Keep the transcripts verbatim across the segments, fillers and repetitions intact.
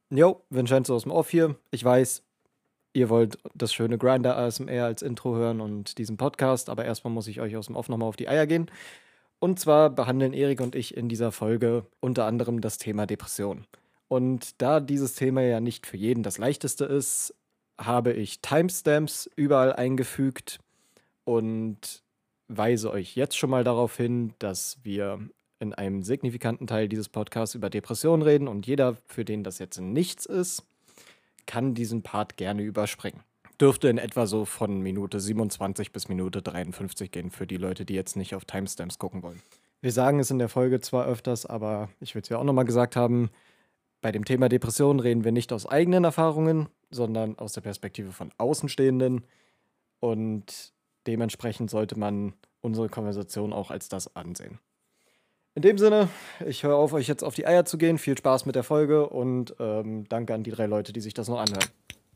Jo, Vincenzo aus dem Off hier. Ich weiß, ihr wollt das schöne Grinder-A S M R als Intro hören und diesen Podcast, aber erstmal muss ich euch aus dem Off nochmal auf die Eier gehen. Und zwar behandeln Erik und ich in dieser Folge unter anderem das Thema Depression. Und da dieses Thema ja nicht für jeden das leichteste ist, habe ich Timestamps überall eingefügt und weise euch jetzt schon mal darauf hin, dass wir in einem signifikanten Teil dieses Podcasts über Depressionen reden und jeder, für den das jetzt nichts ist, kann diesen Part gerne überspringen. Dürfte in etwa so von Minute siebenundzwanzig bis Minute dreiundfünfzig gehen für die Leute, die jetzt nicht auf Timestamps gucken wollen. Wir sagen es in der Folge zwar öfters, aber ich will es ja auch nochmal gesagt haben, bei dem Thema Depressionen reden wir nicht aus eigenen Erfahrungen, sondern aus der Perspektive von Außenstehenden und dementsprechend sollte man unsere Konversation auch als das ansehen. In dem Sinne, ich höre auf, euch jetzt auf die Eier zu gehen. Viel Spaß mit der Folge und ähm, danke an die drei Leute, die sich das noch anhören.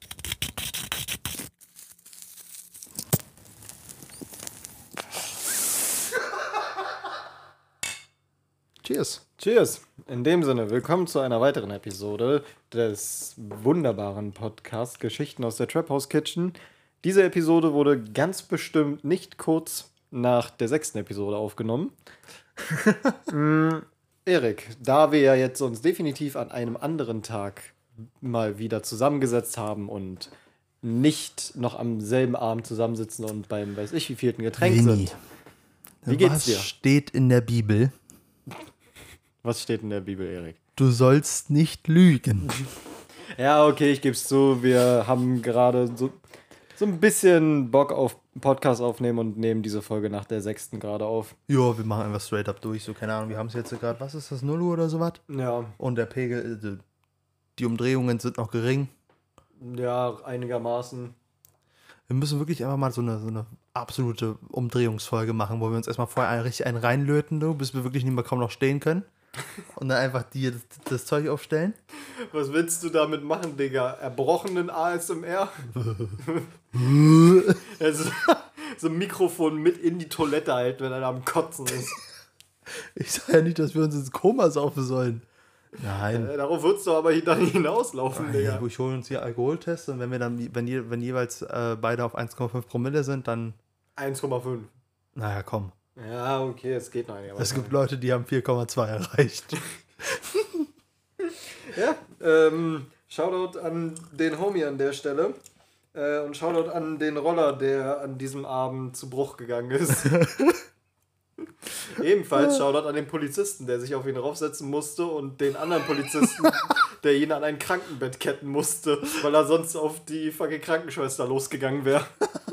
Cheers. Cheers. In dem Sinne, willkommen zu einer weiteren Episode des wunderbaren Podcasts Geschichten aus der Trap House Kitchen. Diese Episode wurde ganz bestimmt nicht kurz nach der sechsten Episode aufgenommen. mm, Erik, da wir ja jetzt uns definitiv an einem anderen Tag mal wieder zusammengesetzt haben und nicht noch am selben Abend zusammensitzen und beim weiß ich wie vielten Getränk Vinny, sind. Wie geht's was dir? Was steht in der Bibel? Was steht in der Bibel, Erik? Du sollst nicht lügen. Ja, okay, ich gebe es zu. Wir haben gerade so, so ein bisschen Bock auf Podcast aufnehmen und nehmen diese Folge nach der sechsten gerade auf. Ja, wir machen einfach straight up durch. So, keine Ahnung, wir haben es jetzt gerade, was ist das, null Uhr oder sowas? Ja. Und der Pegel, die Umdrehungen sind noch gering. Ja, einigermaßen. Wir müssen wirklich einfach mal so eine, so eine absolute Umdrehungsfolge machen, wo wir uns erstmal vorher einen, richtig einen reinlöten, du, bis wir wirklich nicht mehr kaum noch stehen können. Und dann einfach dir das, das Zeug aufstellen. Was willst du damit machen, Digga? Erbrochenen A S M R? Also, so ein Mikrofon mit in die Toilette halt, wenn einer am Kotzen ist. Ich sage ja nicht, dass wir uns ins Koma saufen sollen. Nein. Äh, darauf würdest du aber dann hinauslaufen, ah, Digga. Ja, ich hole uns hier Alkoholtest und wenn wir dann, wenn, je, wenn jeweils äh, beide auf eins Komma fünf Promille sind, dann. eins Komma fünf. Naja, komm. Ja, okay, es geht noch nicht. Es gibt Leute, die haben vier Komma zwei erreicht. Ja, ähm, Shoutout an den Homie an der Stelle. Äh, und Shoutout an den Roller, der an diesem Abend zu Bruch gegangen ist. Ebenfalls Shoutout an den Polizisten, der sich auf ihn raufsetzen musste und den anderen Polizisten, der ihn an ein Krankenbett ketten musste, weil er sonst auf die fucking Krankenschwester losgegangen wäre.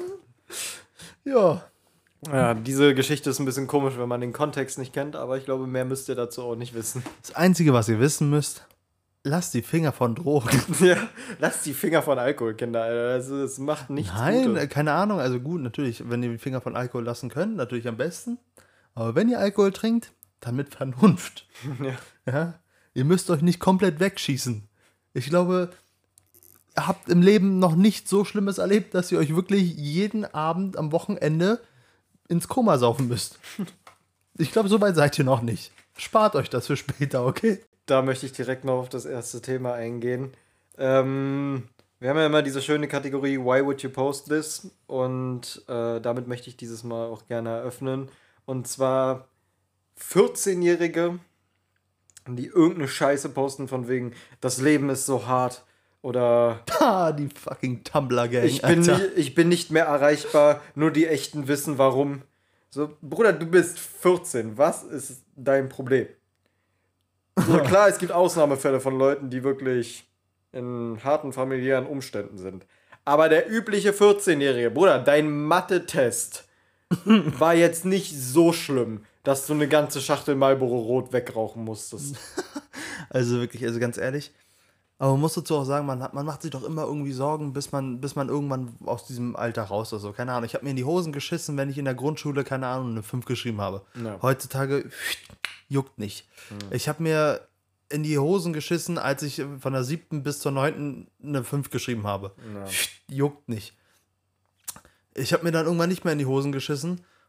Ja. Ja, diese Geschichte ist ein bisschen komisch, wenn man den Kontext nicht kennt, aber ich glaube, mehr müsst ihr dazu auch nicht wissen. Das Einzige, was ihr wissen müsst, lasst die Finger von Drogen. Ja, lasst die Finger von Alkohol, Kinder, Alter. Das, das macht nichts Nein, Gutes. keine Ahnung. Also gut, natürlich, wenn ihr die Finger von Alkohol lassen könnt, natürlich am besten. Aber wenn ihr Alkohol trinkt, dann mit Vernunft. Ja. Ja? Ihr müsst euch nicht komplett wegschießen. Ich glaube, ihr habt im Leben noch nicht so Schlimmes erlebt, dass ihr euch wirklich jeden Abend am Wochenende ins Koma saufen müsst. Ich glaube, so weit seid ihr noch nicht. Spart euch das für später, okay? Da möchte ich direkt noch auf das erste Thema eingehen. Ähm, wir haben ja immer diese schöne Kategorie Why would you post this? Und äh, damit möchte ich dieses Mal auch gerne eröffnen. Und zwar vierzehnjährige, die irgendeine Scheiße posten von wegen, das Leben ist so hart. Oder Ah, die fucking Tumblr-Gang, ich bin, Alter. nie, ich bin nicht mehr erreichbar, nur die Echten wissen warum. So, Bruder, du bist vierzehn, was ist dein Problem? So, klar, es gibt Ausnahmefälle von Leuten, die wirklich in harten familiären Umständen sind. Aber der übliche vierzehnjährige, Bruder, dein Mathe-Test war jetzt nicht so schlimm, dass du eine ganze Schachtel Marlboro Rot wegrauchen musstest. Also wirklich, also ganz ehrlich. Aber man muss dazu auch sagen, man, hat, man macht sich doch immer irgendwie Sorgen, bis man, bis man irgendwann aus diesem Alter raus ist. So, keine Ahnung. Ich habe mir in die Hosen geschissen, wenn ich in der Grundschule, keine Ahnung, eine fünf geschrieben habe. Ja. Heutzutage juckt nicht. Mhm. Ich habe mir in die Hosen geschissen, als ich von der siebten bis zur neunten eine fünf geschrieben habe. Ja. Juckt nicht. Ich habe mir dann irgendwann nicht mehr in die Hosen geschissen.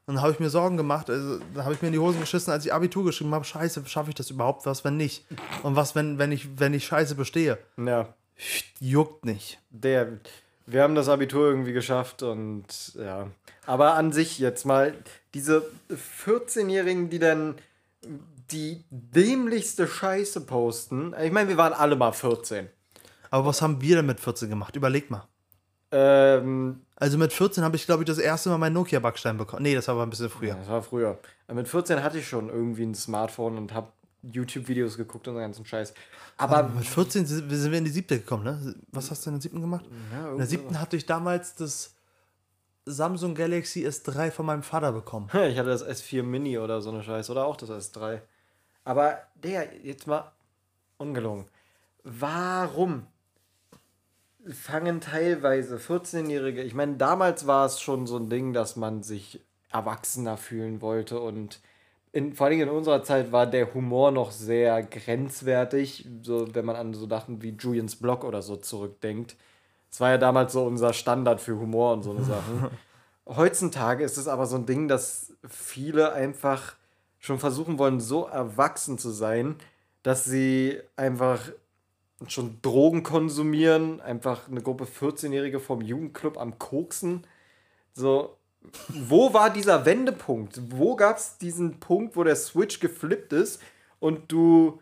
Und dann habe ich mir Sorgen gemacht, also da habe ich mir in die Hosen geschissen, als ich Abitur geschrieben habe, scheiße, schaffe ich das überhaupt, was, wenn nicht? Und was, wenn, wenn ich, wenn ich scheiße bestehe? Ja. Juckt nicht. Der, wir haben das Abitur irgendwie geschafft und ja. Aber an sich jetzt mal, diese vierzehnjährigen, die dann die dämlichste Scheiße posten. Ich meine, wir waren alle mal vierzehn. Aber was haben wir denn mit vierzehn gemacht? Überleg mal. Ähm, Also mit vierzehn habe ich, glaube ich, das erste Mal meinen Nokia-Backstein bekommen. Nee, das war aber ein bisschen früher. Ja, das war früher. Mit vierzehn hatte ich schon irgendwie ein Smartphone und habe YouTube-Videos geguckt und den ganzen Scheiß. Aber, Aber mit vierzehn sind wir in die siebte gekommen, ne? Was hast du in der siebten gemacht? Ja, in der siebten hatte ich damals das Samsung Galaxy S drei von meinem Vater bekommen. Ich hatte das S vier Mini oder so eine Scheiße. Oder auch das S drei. Aber, der, jetzt mal ungelogen. Warum fangen teilweise vierzehnjährige, ich meine, damals war es schon so ein Ding, dass man sich erwachsener fühlen wollte und in, vor allem in unserer Zeit war der Humor noch sehr grenzwertig, so wenn man an so Sachen wie Julians Blog oder so zurückdenkt. Es war ja damals so unser Standard für Humor und so eine Sachen. Heutzutage ist es aber so ein Ding, dass viele einfach schon versuchen wollen, so erwachsen zu sein, dass sie einfach schon Drogen konsumieren, einfach eine Gruppe vierzehnjährige vom Jugendclub am Koksen. So, wo war dieser Wendepunkt? Wo gab es diesen Punkt, wo der Switch geflippt ist und du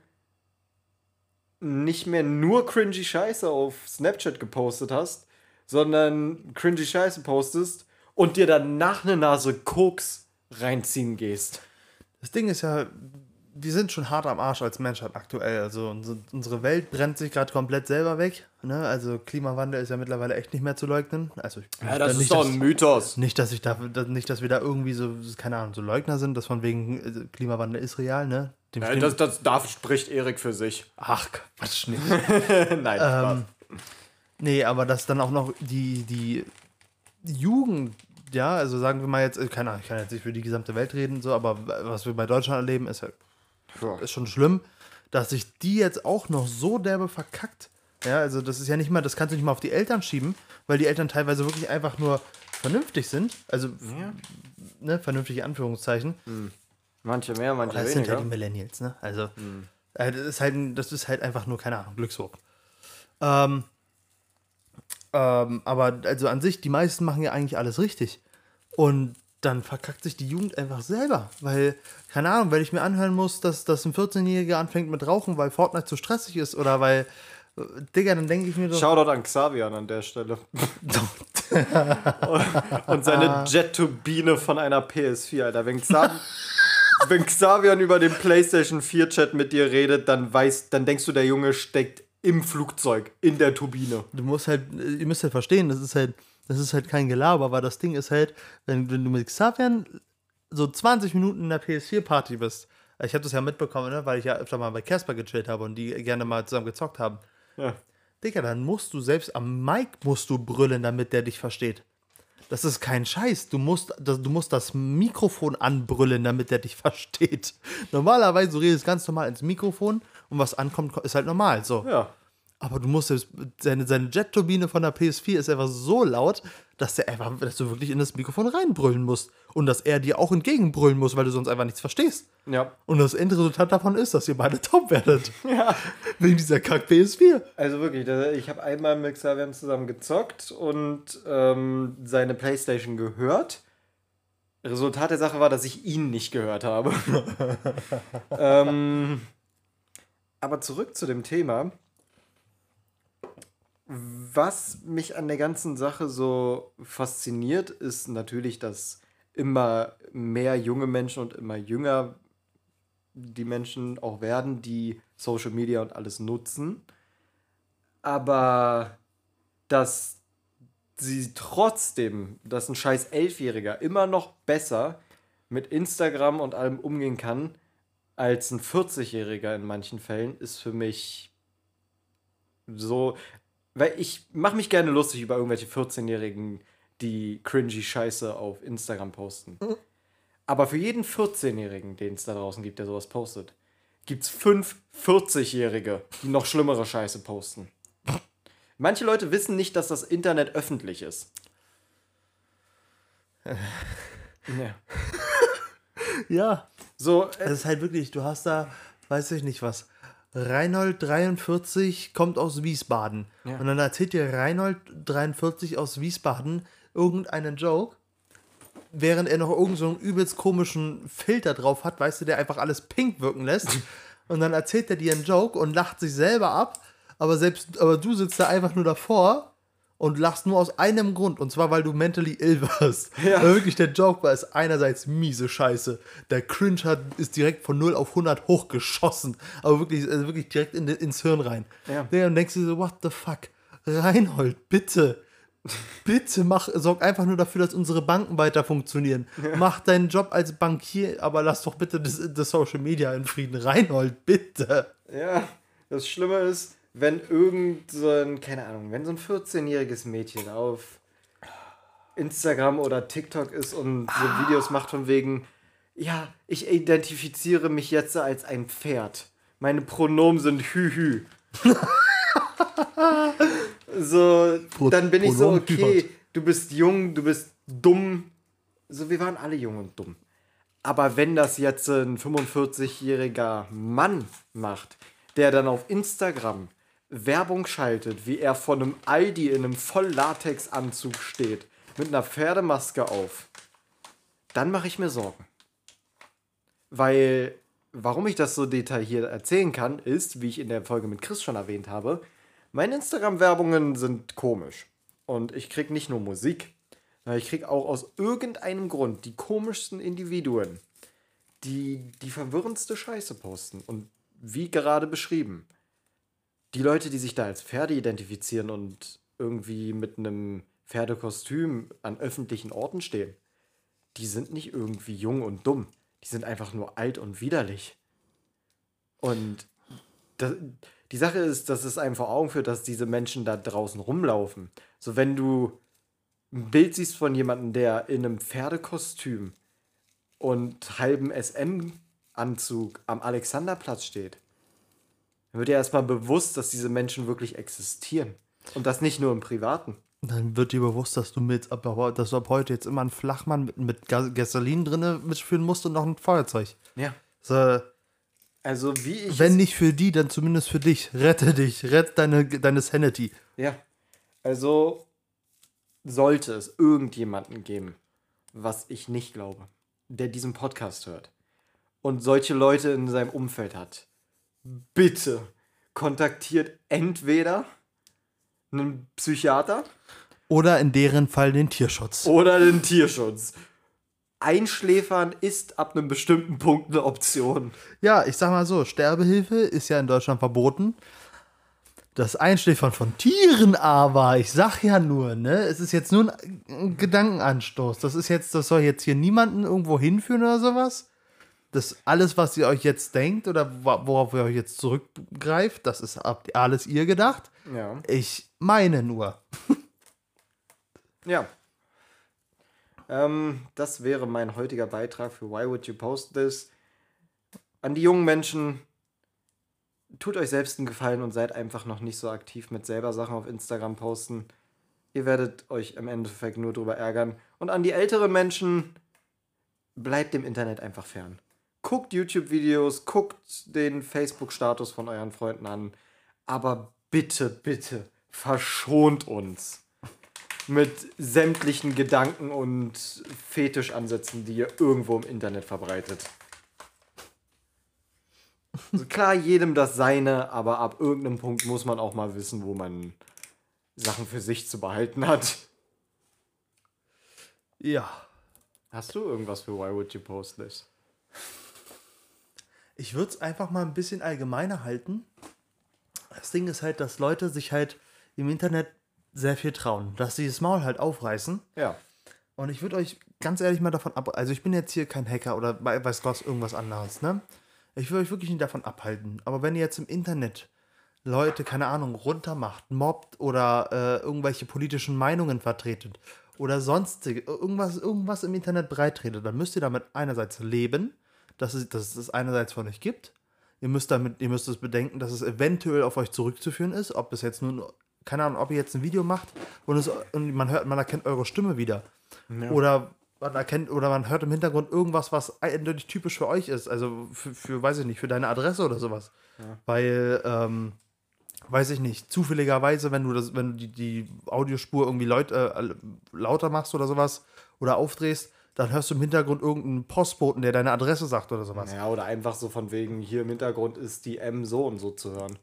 nicht mehr nur cringy Scheiße auf Snapchat gepostet hast, sondern cringy Scheiße postest und dir danach eine Nase Koks reinziehen gehst? Das Ding ist ja, wir sind schon hart am Arsch als Menschheit aktuell. Also unsere Welt brennt sich gerade komplett selber weg. Ne? Also Klimawandel ist ja mittlerweile echt nicht mehr zu leugnen. Also ich, ja, das nicht, ist doch ein Mythos. Nicht, dass ich da, nicht, dass wir da irgendwie so, keine Ahnung, so Leugner sind, dass von wegen Klimawandel ist real, ne? Dem ja, das, das, da spricht Erik für sich. Ach, Quatsch nicht. Nein, Spaß. Ähm, nee, aber dass dann auch noch die, die Jugend, ja, also sagen wir mal jetzt, keine Ahnung, ich kann jetzt nicht für die gesamte Welt reden, so, aber was wir bei Deutschland erleben, ist, ja, ist schon schlimm, dass sich die jetzt auch noch so derbe verkackt. Ja, also das ist ja nicht mal, das kannst du nicht mal auf die Eltern schieben, weil die Eltern teilweise wirklich einfach nur vernünftig sind. Also, ja. ne, vernünftige Anführungszeichen. Mhm. Manche mehr, manche das weniger. Das sind halt die Millennials, ne? Also, mhm. äh, das, ist halt, das ist halt einfach nur, keine Ahnung, Glückshoch. Ähm, ähm, aber also an sich, die meisten machen ja eigentlich alles richtig. Und dann verkackt sich die Jugend einfach selber. Weil, keine Ahnung, wenn ich mir anhören muss, dass, dass ein vierzehnjähriger anfängt mit Rauchen, weil Fortnite zu stressig ist oder weil, Digga, dann denke ich mir doch... Shoutout an Xavian an der Stelle. Und seine Jet-Turbine von einer P S vier, Alter. Wenn Xavian, wenn Xavian über den PlayStation vier Chat mit dir redet, dann, weiß, dann denkst du, der Junge steckt im Flugzeug, in der Turbine. Du musst halt, ihr müsst halt verstehen, das ist halt, das ist halt kein Gelaber, aber das Ding ist halt, wenn, wenn du mit Xavian so zwanzig Minuten in der P S vier Party bist, ich habe das ja mitbekommen, ne, weil ich ja öfter mal bei Casper gechillt habe und die gerne mal zusammen gezockt haben. Ja. Digga, dann musst du selbst am Mic musst du brüllen, damit der dich versteht. Das ist kein Scheiß. Du musst, das, du musst das Mikrofon anbrüllen, damit der dich versteht. Normalerweise, du redest ganz normal ins Mikrofon und was ankommt, ist halt normal. So. Ja. Aber du musst selbst, seine, seine Jet-Turbine von der P S vier ist einfach so laut, dass, der einfach, dass du wirklich in das Mikrofon reinbrüllen musst. Und dass er dir auch entgegenbrüllen muss, weil du sonst einfach nichts verstehst. Ja. Und das Endresultat davon ist, dass ihr beide taub werdet. Ja. Wegen dieser Kack-P S vier. Also wirklich, ich habe einmal mit Xavian zusammen gezockt und ähm, seine Playstation gehört. Resultat der Sache war, dass ich ihn nicht gehört habe. ähm, aber zurück zu dem Thema. Was mich an der ganzen Sache so fasziniert, ist natürlich, dass immer mehr junge Menschen und immer jünger die Menschen auch werden, die Social Media und alles nutzen. Aber dass sie trotzdem, dass ein scheiß Elfjähriger immer noch besser mit Instagram und allem umgehen kann, als ein vierzigjähriger in manchen Fällen, ist für mich so... Weil ich mache mich gerne lustig über irgendwelche vierzehnjährigen, die cringy Scheiße auf Instagram posten. Mhm. Aber für jeden vierzehnjährigen, den es da draußen gibt, der sowas postet, gibt es fünf vierzigjährige, die noch schlimmere Scheiße posten. Manche Leute wissen nicht, dass das Internet öffentlich ist. Ja. Ja. So, äh, Es ist halt wirklich, du hast da, weiß ich nicht was, Reinhold dreiundvierzig kommt aus Wiesbaden. Ja. Und dann erzählt dir Reinhold dreiundvierzig aus Wiesbaden irgendeinen Joke, während er noch irgend so einen übelst komischen Filter drauf hat, weißt du, der einfach alles pink wirken lässt. Und dann erzählt er dir einen Joke und lacht sich selber ab, aber selbst, aber du sitzt da einfach nur davor und lachst nur aus einem Grund, und zwar, weil du mentally ill wirst. Ja. Weil wirklich der Joke war, ist einerseits miese Scheiße. Der Cringe hat, ist direkt von null auf hundert hochgeschossen, aber wirklich, also wirklich direkt in, ins Hirn rein. Ja. Der, und denkst du so, what the fuck? Reinhold, bitte. Bitte mach, sorg einfach nur dafür, dass unsere Banken weiter funktionieren. Ja. Mach deinen Job als Bankier, aber lass doch bitte das, das Social Media in Frieden. Reinhold, bitte. Ja, das Schlimme ist, wenn irgend so ein, keine Ahnung, wenn so ein vierzehnjähriges Mädchen auf Instagram oder TikTok ist und so Videos macht von wegen, ja, ich identifiziere mich jetzt als ein Pferd. Meine Pronomen sind Hü-Hü. So, dann bin ich so, okay, du bist jung, du bist dumm. So, wir waren alle jung und dumm. Aber wenn das jetzt ein fünfundvierzigjähriger Mann macht, der dann auf Instagram Werbung schaltet, wie er vor einem Aldi in einem Voll-Latex-Anzug steht, mit einer Pferdemaske auf, dann mache ich mir Sorgen. Weil, warum ich das so detailliert erzählen kann, ist, wie ich in der Folge mit Chris schon erwähnt habe, meine Instagram-Werbungen sind komisch. Und ich krieg nicht nur Musik, sondern ich krieg auch aus irgendeinem Grund die komischsten Individuen, die die verwirrendste Scheiße posten. Und wie gerade beschrieben, die Leute, die sich da als Pferde identifizieren und irgendwie mit einem Pferdekostüm an öffentlichen Orten stehen, die sind nicht irgendwie jung und dumm. Die sind einfach nur alt und widerlich. Und das, die Sache ist, dass es einem vor Augen führt, dass diese Menschen da draußen rumlaufen. So, wenn du ein Bild siehst von jemandem, der in einem Pferdekostüm und halbem S M-Anzug am Alexanderplatz steht, dann wird dir erstmal bewusst, dass diese Menschen wirklich existieren. Und das nicht nur im Privaten. Dann wird dir bewusst, dass du mit, ab, dass du ab heute jetzt immer einen Flachmann mit, mit Gasolin drin mitführen musst und noch ein Feuerzeug. Ja. So, also wie ich... wenn nicht für die, dann zumindest für dich. Rette dich, rette deine, deine Sanity. Ja. Also sollte es irgendjemanden geben, was ich nicht glaube, der diesen Podcast hört und solche Leute in seinem Umfeld hat, bitte kontaktiert entweder einen Psychiater oder in deren Fall den Tierschutz. Oder den Tierschutz. Einschläfern ist ab einem bestimmten Punkt eine Option. Ja, ich sag mal so, Sterbehilfe ist ja in Deutschland verboten. Das Einschläfern von Tieren aber, ich sag ja nur, ne, es ist jetzt nur ein Gedankenanstoß. Das ist jetzt, das soll jetzt hier niemanden irgendwo hinführen oder sowas. Das alles, was ihr euch jetzt denkt oder worauf ihr euch jetzt zurückgreift, das ist alles ihr gedacht. Ja. Ich meine nur. Ja. Ähm, das wäre mein heutiger Beitrag für Why Would You Post This? An die jungen Menschen, tut euch selbst einen Gefallen und seid einfach noch nicht so aktiv mit selber Sachen auf Instagram posten. Ihr werdet euch im Endeffekt nur drüber ärgern. Und an die älteren Menschen, bleibt dem Internet einfach fern. Guckt YouTube-Videos, guckt den Facebook-Status von euren Freunden an. Aber bitte, bitte, verschont uns mit sämtlichen Gedanken und Fetischansätzen, die ihr irgendwo im Internet verbreitet. Also klar, jedem das Seine, aber ab irgendeinem Punkt muss man auch mal wissen, wo man Sachen für sich zu behalten hat. Ja. Hast du irgendwas für Why Would You Post This? Ich würde es einfach mal ein bisschen allgemeiner halten. Das Ding ist halt, dass Leute sich halt im Internet sehr viel trauen. Dass sie das Maul halt aufreißen. Ja. Und ich würde euch ganz ehrlich mal davon ab... Also ich bin jetzt hier kein Hacker oder weiß Gott irgendwas anderes, ne? Ich will euch wirklich nicht davon abhalten. Aber wenn ihr jetzt im Internet Leute, keine Ahnung, runtermacht, mobbt oder äh, irgendwelche politischen Meinungen vertretet oder sonstige, irgendwas, irgendwas im Internet breittretet, dann müsst ihr damit einerseits leben, dass es, dass es einerseits von euch gibt. Ihr müsst damit, ihr müsst es bedenken, dass es eventuell auf euch zurückzuführen ist, ob es jetzt nun, keine Ahnung, ob ihr jetzt ein Video macht und, es, und man hört, man erkennt eure Stimme wieder. Ja. Oder man erkennt oder man hört im Hintergrund irgendwas, was eindeutig typisch für euch ist. Also für, für weiß ich nicht, für deine Adresse oder sowas. Ja. Weil, ähm, weiß ich nicht, zufälligerweise, wenn du das, wenn du die, die Audiospur irgendwie laut, äh, lauter machst oder sowas oder aufdrehst, dann hörst du im Hintergrund irgendeinen Postboten, der deine Adresse sagt oder sowas. Ja, oder einfach so von wegen, hier im Hintergrund ist die M so und so zu hören.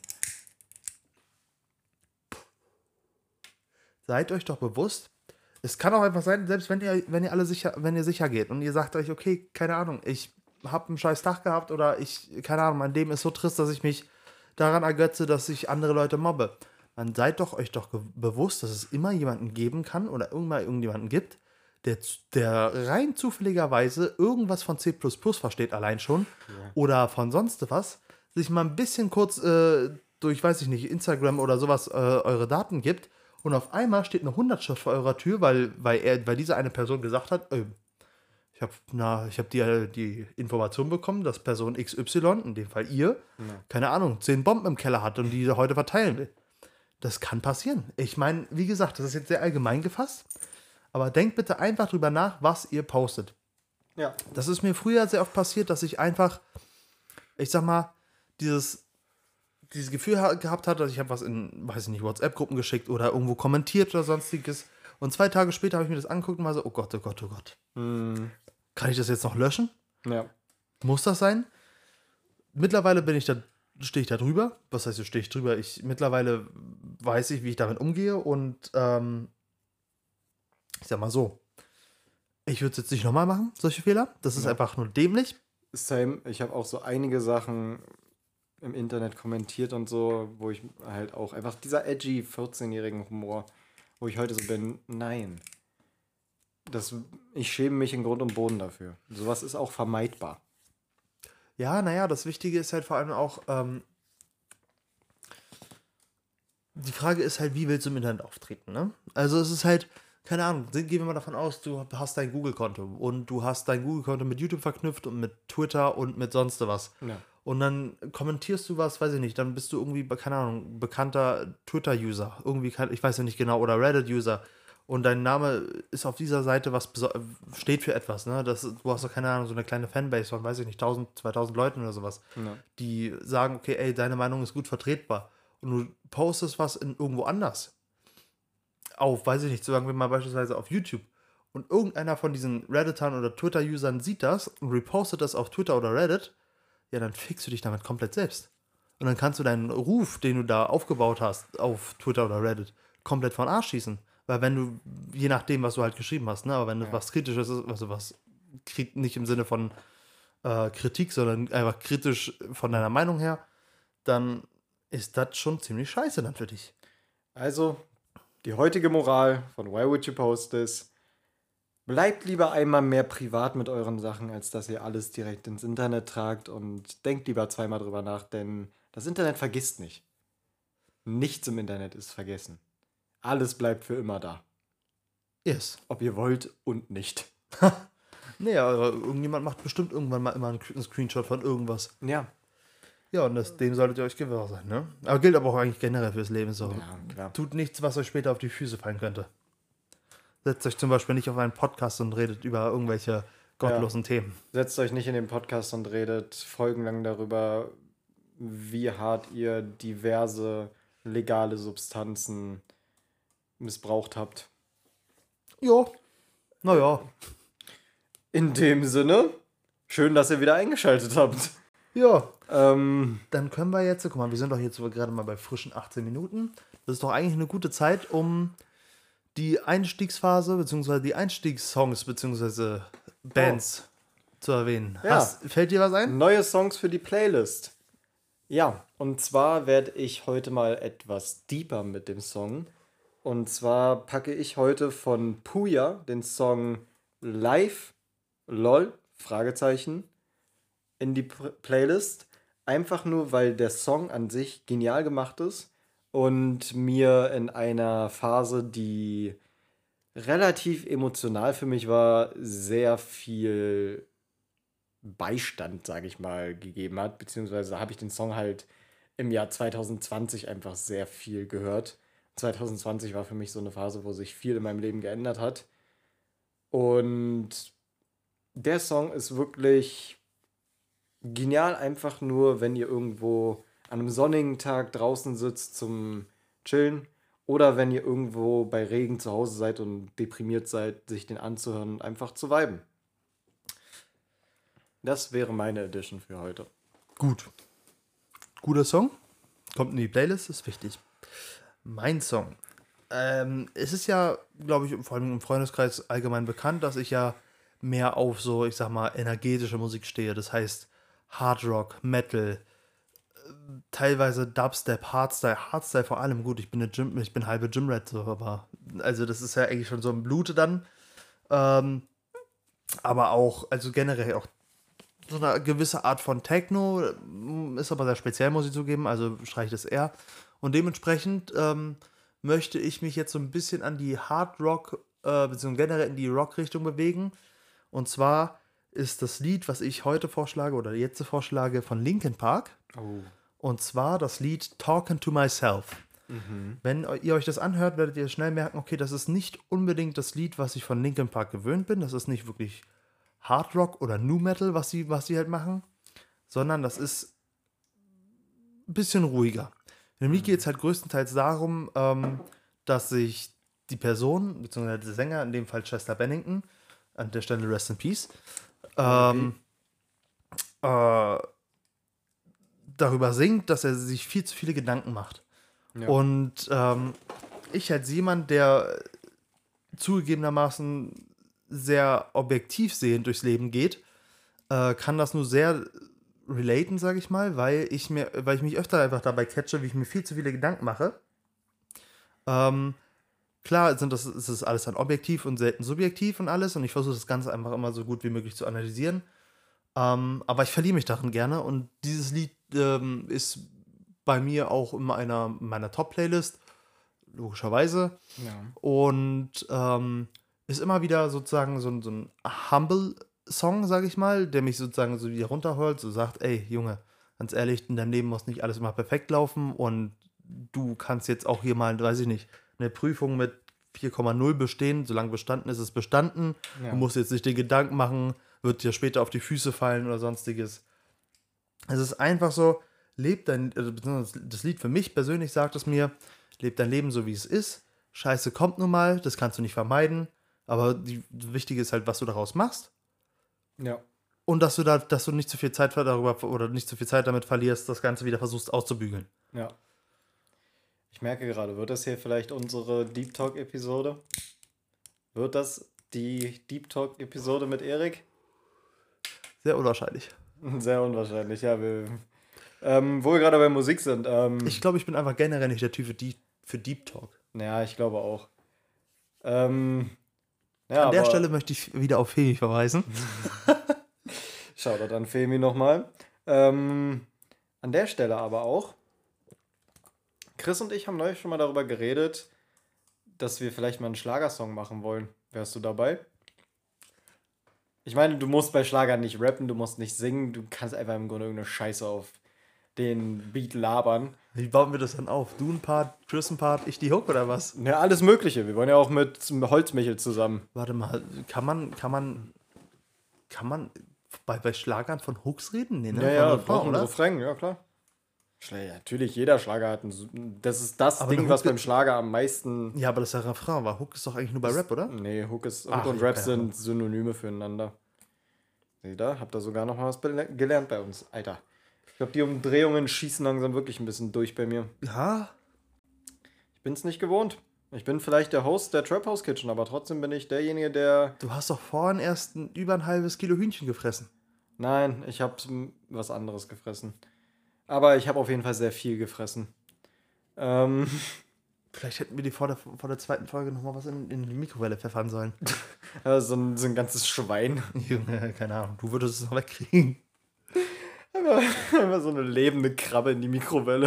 Seid euch doch bewusst, es kann auch einfach sein, selbst wenn ihr, wenn ihr alle sicher, wenn ihr sicher geht und ihr sagt euch, okay, keine Ahnung, ich habe einen scheiß Tag gehabt oder ich, keine Ahnung, mein Leben ist so trist, dass ich mich daran ergötze, dass ich andere Leute mobbe. Dann seid doch euch doch ge- bewusst, dass es immer jemanden geben kann oder irgendwann irgendjemanden gibt, der, z- der rein zufälligerweise irgendwas von C plus plus versteht, allein schon, oder von sonst was, sich mal ein bisschen kurz äh, durch, weiß ich nicht, Instagram oder sowas äh, eure Daten gibt und auf einmal steht eine Hundertschaft vor eurer Tür, weil, weil, er, weil diese eine Person gesagt hat, äh, ich habe hab die, äh, die Information bekommen, dass Person X Y, in dem Fall ihr, keine Ahnung, zehn Bomben im Keller hat und die heute verteilen will. Das kann passieren. Ich meine, wie gesagt, das ist jetzt sehr allgemein gefasst, aber denkt bitte einfach drüber nach, was ihr postet. Ja. Das ist mir früher sehr oft passiert, dass ich einfach, ich sag mal, dieses, dieses Gefühl ha- gehabt hatte, dass ich habe was in, weiß ich nicht, WhatsApp-Gruppen geschickt oder irgendwo kommentiert oder sonstiges. Und zwei Tage später habe ich mir das angeguckt und war so, oh Gott, oh Gott, oh Gott. Hm. Kann ich das jetzt noch löschen? Ja. Muss das sein? Mittlerweile bin ich da, stehe ich da drüber. Was heißt, stehe ich drüber? Ich, mittlerweile weiß ich, wie ich damit umgehe und ähm, ich sag mal so, ich würde es jetzt nicht nochmal machen, solche Fehler. Das ist Ja. einfach nur dämlich. Same. Ich habe auch so einige Sachen im Internet kommentiert und so, wo ich halt auch einfach dieser edgy vierzehnjährigen Humor, wo ich heute so bin, nein. Das, ich schäme mich in Grund und Boden dafür. Sowas ist auch vermeidbar. Ja, naja, das Wichtige ist halt vor allem auch, ähm, die Frage ist halt, wie willst du im Internet auftreten, ne? Also es ist halt, keine Ahnung, gehen wir mal davon aus, du hast dein Google-Konto und du hast dein Google-Konto mit YouTube verknüpft und mit Twitter und mit sonst was. Ja. Und dann kommentierst du was, weiß ich nicht, dann bist du irgendwie, keine Ahnung, bekannter Twitter-User, irgendwie, kann, ich weiß ja nicht genau, oder Reddit-User. Und dein Name ist auf dieser Seite, was beso- steht für etwas, ne? Das, du hast doch, keine Ahnung, so eine kleine Fanbase von, weiß ich nicht, tausend, zweitausend Leuten oder sowas, Ja. die sagen, okay, ey, deine Meinung ist gut vertretbar. Und du postest was in irgendwo anders. Auf, weiß ich nicht, sagen wir mal beispielsweise auf YouTube. Und irgendeiner von diesen Redditern oder Twitter-Usern sieht das und repostet das auf Twitter oder Reddit, ja, dann fixst du dich damit komplett selbst. Und dann kannst du deinen Ruf, den du da aufgebaut hast auf Twitter oder Reddit, komplett von Arsch schießen. Weil wenn du, je nachdem, was du halt geschrieben hast, ne, aber wenn du Ja. was Kritisches ist, also was kri- nicht im Sinne von äh, Kritik, sondern einfach kritisch von deiner Meinung her, dann ist das schon ziemlich scheiße dann für dich. Also, die heutige Moral von Why Would You Post This? Bleibt lieber einmal mehr privat mit euren Sachen, als dass ihr alles direkt ins Internet tragt und denkt lieber zweimal drüber nach, denn das Internet vergisst nicht. Nichts im Internet ist vergessen. Alles bleibt für immer da. Yes. Ob ihr wollt und nicht. Nee, aber irgendjemand macht bestimmt irgendwann mal immer einen einen Screenshot von irgendwas. Ja. Ja, und das, dem solltet ihr euch gewahr sein, ne? Aber gilt aber auch eigentlich generell fürs Leben so. Ja, klar. Tut nichts, was euch später auf die Füße fallen könnte. Setzt euch zum Beispiel nicht auf einen Podcast und redet über irgendwelche gottlosen Themen. Setzt euch nicht in den Podcast und redet folgenlang darüber, wie hart ihr diverse legale Substanzen missbraucht habt. Jo. Naja. In dem Sinne, schön, dass ihr wieder eingeschaltet habt. Ja. Ähm, Dann können wir jetzt, guck mal, wir sind doch jetzt gerade mal bei frischen achtzehn Minuten. Das ist doch eigentlich eine gute Zeit, um die Einstiegsphase, beziehungsweise die Einstiegssongs, beziehungsweise Bands zu erwähnen. Ja. Hast, fällt dir was ein? neue Songs für die Playlist. Ja, und zwar werde ich heute mal etwas deeper mit dem Song. Und zwar packe ich heute von Puya den Song Live, LOL, Fragezeichen, in die P- Playlist. Einfach nur, weil der Song an sich genial gemacht ist und mir in einer Phase, die relativ emotional für mich war, sehr viel Beistand, sage ich mal, gegeben hat. Beziehungsweise habe ich den Song halt im Jahr zwanzig zwanzig einfach sehr viel gehört. zwanzig zwanzig war für mich so eine Phase, wo sich viel in meinem Leben geändert hat. Und der Song ist wirklich genial, einfach nur, wenn ihr irgendwo an einem sonnigen Tag draußen sitzt zum Chillen oder wenn ihr irgendwo bei Regen zu Hause seid und deprimiert seid, sich den anzuhören und einfach zu viben. Das wäre meine Edition für heute. Gut. Guter Song. Kommt in die Playlist, ist wichtig. Mein Song. Ähm, es ist ja, glaube ich, vor allem im Freundeskreis allgemein bekannt, dass ich ja mehr auf so, ich sag mal, energetische Musik stehe. Das heißt Hard Rock, Metal, teilweise Dubstep, Hardstyle, Hardstyle vor allem. Gut, ich bin eine Gym, ich bin halbe Gymrat, so, aber also das ist ja eigentlich schon so im Blute dann. Ähm, aber auch, also generell auch so eine gewisse Art von Techno, ist aber sehr speziell, muss ich zugeben, also streiche ich das eher. Und dementsprechend ähm, möchte ich mich jetzt so ein bisschen an die Hard Rock, äh, beziehungsweise generell in die Rock-Richtung bewegen. Und zwar ist das Lied, was ich heute vorschlage oder jetzt vorschlage, von Linkin Park. Oh. Und zwar das Lied Talking to Myself. Mhm. Wenn ihr euch das anhört, werdet ihr schnell merken, okay, das ist nicht unbedingt das Lied, was ich von Linkin Park gewöhnt bin. Das ist nicht wirklich Hard Rock oder Nu Metal, was sie, was sie halt machen, sondern das ist ein bisschen ruhiger. In dem Lied geht es halt größtenteils darum, ähm, dass sich die Person, beziehungsweise der Sänger, in dem Fall Chester Bennington, an der Stelle Rest in Peace, ähm, äh, darüber singt, dass er sich viel zu viele Gedanken macht. Ja. Und ähm, ich als jemand, der zugegebenermaßen sehr objektiv sehend durchs Leben geht, äh, kann das nur sehr relaten, sage ich mal, weil ich mir, weil ich mich öfter einfach dabei catche, wie ich mir viel zu viele Gedanken mache. Ähm, klar sind das, ist das alles dann objektiv und selten subjektiv und alles und ich versuche das Ganze einfach immer so gut wie möglich zu analysieren. Ähm, aber ich verliere mich darin gerne und dieses Lied ähm, ist bei mir auch in einer meiner Top-Playlist, logischerweise. Ja. Und ähm, ist immer wieder sozusagen so ein, so ein Humble-Song, sage ich mal, der mich sozusagen so wieder runterholt, so sagt, ey, Junge, ganz ehrlich, in deinem Leben muss nicht alles immer perfekt laufen und du kannst jetzt auch hier mal, weiß ich nicht, eine Prüfung mit vier Komma null bestehen, solange bestanden ist, ist bestanden. Ja. Du musst jetzt nicht den Gedanken machen, wird dir später auf die Füße fallen oder sonstiges. Es ist einfach so, leb dein, das Lied für mich persönlich sagt es mir, leb dein Leben so, wie es ist. Scheiße kommt nun mal, das kannst du nicht vermeiden. Aber die, das Wichtige ist halt, was du daraus machst. Ja. Und dass du da, dass du nicht zu viel Zeit darüber oder nicht zu viel Zeit damit verlierst, das Ganze wieder versuchst auszubügeln. Ja. Ich merke gerade, wird das hier vielleicht unsere Deep Talk-Episode? Wird das die Deep Talk-Episode mit Erik? Sehr unwahrscheinlich. Sehr unwahrscheinlich, ja. Wir, ähm, wo wir gerade bei Musik sind. Ähm, ich glaube, ich bin einfach generell nicht der Typ für Deep, für Deep Talk. Ja, ich glaube auch. Ähm, ja, an der Stelle möchte ich wieder auf Femi verweisen. Shoutout an Femi nochmal. Ähm, an der Stelle aber auch. Chris und ich haben neulich schon mal darüber geredet, dass wir vielleicht mal einen Schlagersong machen wollen. Wärst du dabei? Ich meine, du musst bei Schlagern nicht rappen, du musst nicht singen, du kannst einfach im Grunde irgendeine Scheiße auf den Beat labern. Wie bauen wir das dann auf? Du ein Part, Chris ein Part, ich die Hook oder was? Ja, alles Mögliche. Wir wollen ja auch mit Holzmichel zusammen. Warte mal, kann man, kann man, kann man bei, bei Schlagern von Hooks reden? Nee, ne? Ja, ja, brauchen wir Refrain, ja klar. Ja, natürlich, jeder Schlager hat ein... Das ist das aber Ding, was beim Schlager am meisten... Ja, aber das ist ja Refrain, aber Hook ist doch eigentlich nur bei Rap, oder? Nee, Hook, ist, Hook Ach, und Rap sind Synonyme füreinander. Seht ihr, habt ihr sogar noch mal was gelernt bei uns, Alter. Ich glaube, die Umdrehungen schießen langsam wirklich ein bisschen durch bei mir. Ja. Ich bin's nicht gewohnt. Ich bin vielleicht der Host der Trap House Kitchen, aber trotzdem bin ich derjenige, der... Du hast doch vorhin erst ein, über ein halbes Kilo Hühnchen gefressen. Nein, ich habe was anderes gefressen. Aber ich habe auf jeden Fall sehr viel gefressen. Ähm... Vielleicht hätten wir die vor der, vor der zweiten Folge nochmal was in, in die Mikrowelle pfeffern sollen. Ja, so, ein, so ein ganzes Schwein. Junge, keine Ahnung, du würdest es noch wegkriegen. Einfach, einfach so eine lebende Krabbe in die Mikrowelle.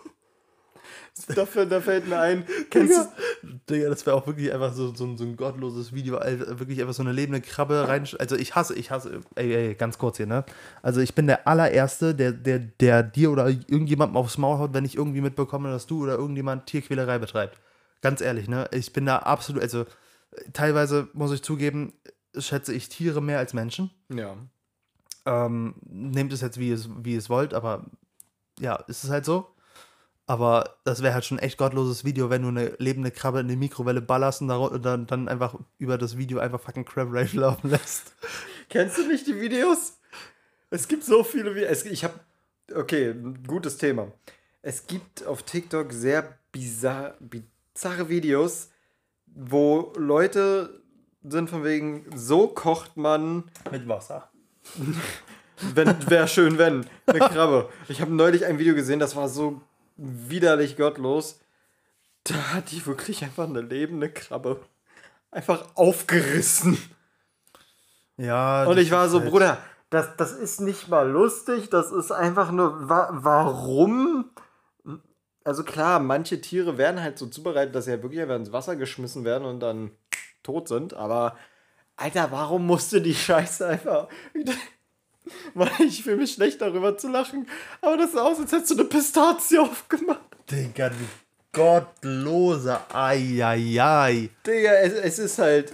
Dafür, da fällt mir ein, kennst Digga, Digga, das wäre auch wirklich einfach so, so, ein, so ein gottloses Video, wirklich einfach so eine lebende Krabbe rein. Also ich hasse, ich hasse, ey, ey, ganz kurz hier, ne? Also ich bin der allererste, der, der, der dir oder irgendjemandem aufs Maul haut, wenn ich irgendwie mitbekomme, dass du oder irgendjemand Tierquälerei betreibt. Ganz ehrlich, ne? Ich bin da absolut, also Teilweise, muss ich zugeben, schätze ich Tiere mehr als Menschen. Ja. Ähm, nehmt es jetzt, wie es, wie es wollt, aber ja, ist es halt so. Aber das wäre halt schon ein echt gottloses Video, wenn du eine lebende Krabbe in die Mikrowelle ballerst und dar- dann, dann einfach über das Video einfach fucking Crab Rave laufen lässt. Kennst du nicht die Videos? Es gibt so viele Videos. Ich habe, okay, ein gutes Thema. Es gibt auf TikTok sehr bizarr, bizarre Videos, wo Leute sind von wegen, so kocht man, Mit Wasser. wenn, wäre schön, wenn, eine Krabbe. Ich habe neulich ein Video gesehen, das war so widerlich gottlos. Da hat die wirklich einfach eine lebende Krabbe einfach aufgerissen. Ja. Und das ich war ist so, halt- Bruder, das, das ist nicht mal lustig, das ist einfach nur, wa warum? Also klar, manche Tiere werden halt so zubereitet, dass sie halt wirklich einfach ins Wasser geschmissen werden und dann tot sind, aber Alter, warum musste die Scheiße einfach... Weil ich fühle mich schlecht darüber zu lachen, aber das sah aus, als hättest du eine Pistazie aufgemacht. Digga, du gottloser Eieiei. Digga, es, es ist halt...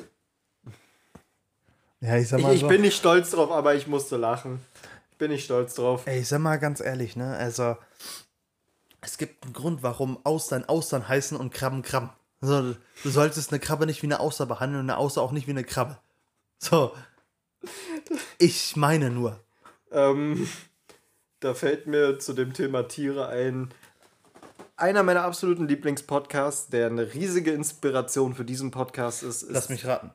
Ja, ich sag Ich, mal ich so. bin nicht stolz drauf, aber ich musste lachen. Ich bin nicht stolz drauf. Ey, ich sag mal ganz ehrlich, ne? Also, es gibt einen Grund, warum Austern Austern heißen und Krabben Krabben. So, du solltest eine Krabbe nicht wie eine Auster behandeln und eine Auster auch nicht wie eine Krabbe. So. Ich meine nur. Ähm, da fällt mir zu dem Thema Tiere ein. Einer meiner absoluten Lieblingspodcasts, der eine riesige Inspiration für diesen Podcast ist, ist Lass mich raten.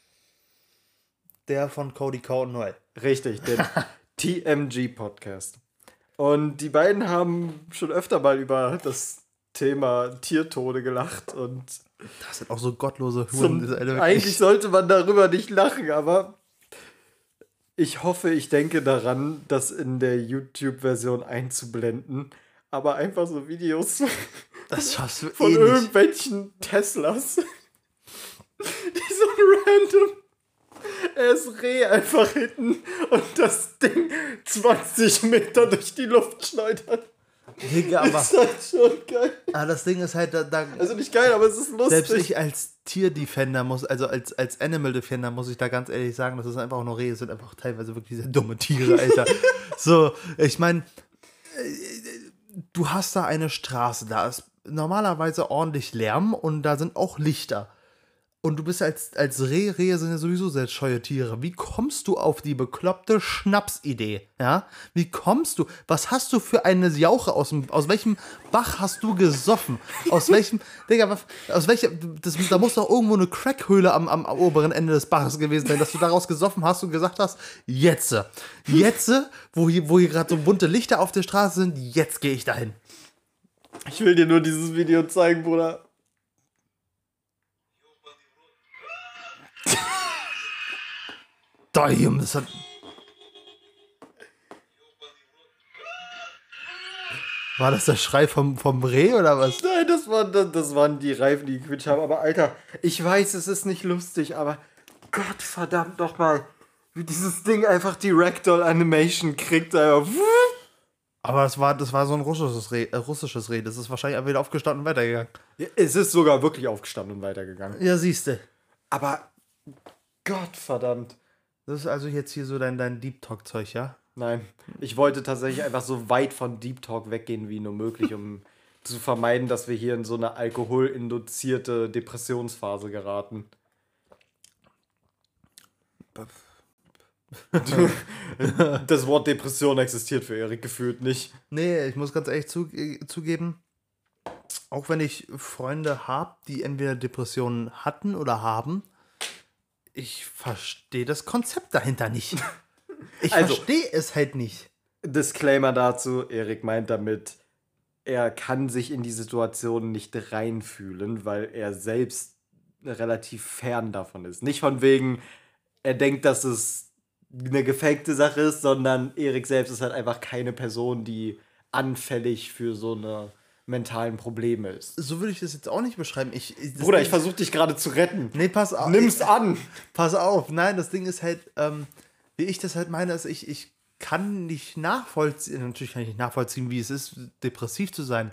Der von Cody Cow und Noel. richtig, der T M G-Podcast. Und die beiden haben schon öfter mal über das Thema Tiertode gelacht. Und Das sind auch so gottlose zum, Huren. Alter, eigentlich sollte man darüber nicht lachen, aber ich hoffe, ich denke daran, das in der YouTube-Version einzublenden. Aber einfach so Videos das schaffst du von eh nicht. irgendwelchen Teslas, die so random er ist Reh einfach hinten und das Ding zwanzig Meter durch die Luft schleudern. Digga, aber Ist halt schon geil. ah, das Ding ist halt, da, da Also nicht geil, aber es ist lustig. selbst ich als Tierdefender muss, also als, als Animal Defender muss ich da ganz ehrlich sagen, das ist einfach auch nur Rehe, sind einfach teilweise wirklich sehr dumme Tiere, Alter. So, ich meine, du hast da eine Straße, da ist normalerweise ordentlich Lärm und da sind auch Lichter. Und du bist als, als Reh, Rehe sind ja sowieso sehr scheue Tiere. Wie kommst du auf die bekloppte Schnapsidee? Ja? Wie kommst du? Was hast du für eine Jauche aus dem, aus welchem Bach hast du gesoffen? Aus welchem, Digga, was, aus welchem, das, da muss doch irgendwo eine Crackhöhle am, am oberen Ende des Baches gewesen sein, dass du daraus gesoffen hast und gesagt hast, jetzt, jetzt, wo hier, wo hier gerade so bunte Lichter auf der Straße sind, jetzt gehe ich dahin. Ich will dir nur dieses Video zeigen, Bruder. Damn, das hat. War das der Schrei vom, vom Reh oder was? Nein, das, war, das, das waren die Reifen, die gequitscht haben. Aber Alter, ich weiß, es ist nicht lustig, aber Gott verdammt noch mal, wie dieses Ding einfach die Ragdoll Animation kriegt. Alter. Aber das war, das war so ein russisches Reh, äh, russisches Reh. Das ist wahrscheinlich einfach wieder aufgestanden und weitergegangen. Ja, es ist sogar wirklich aufgestanden und weitergegangen. Ja, siehste. Aber Gott verdammt. Das ist also jetzt hier so dein, dein Deep Talk-Zeug, ja? Nein, ich wollte tatsächlich einfach so weit von Deep Talk weggehen wie nur möglich, um zu vermeiden, dass wir hier in so eine alkoholinduzierte Depressionsphase geraten. Das Wort Depression existiert für Erik gefühlt nicht. Nee, ich muss ganz ehrlich zu, äh, zugeben, auch wenn ich Freunde habe, die entweder Depressionen hatten oder haben, ich verstehe das Konzept dahinter nicht. Ich Also- verstehe es halt nicht. Disclaimer dazu, Erik meint damit, er kann sich in die Situation nicht reinfühlen, weil er selbst relativ fern davon ist. Nicht von wegen, er denkt, dass es eine gefakte Sache ist, sondern Erik selbst ist halt einfach keine Person, die anfällig für so eine mentalen Probleme ist. So würde ich das jetzt auch nicht beschreiben. Ich, ich, das Bruder, Ding- ich versuche dich gerade zu retten. Nee, pass auf. Nimm's an. Pass auf. Nein, das Ding ist halt, ähm, wie ich das halt meine, ist, ich, ich kann nicht nachvollziehen, natürlich kann ich nicht nachvollziehen, wie es ist, depressiv zu sein.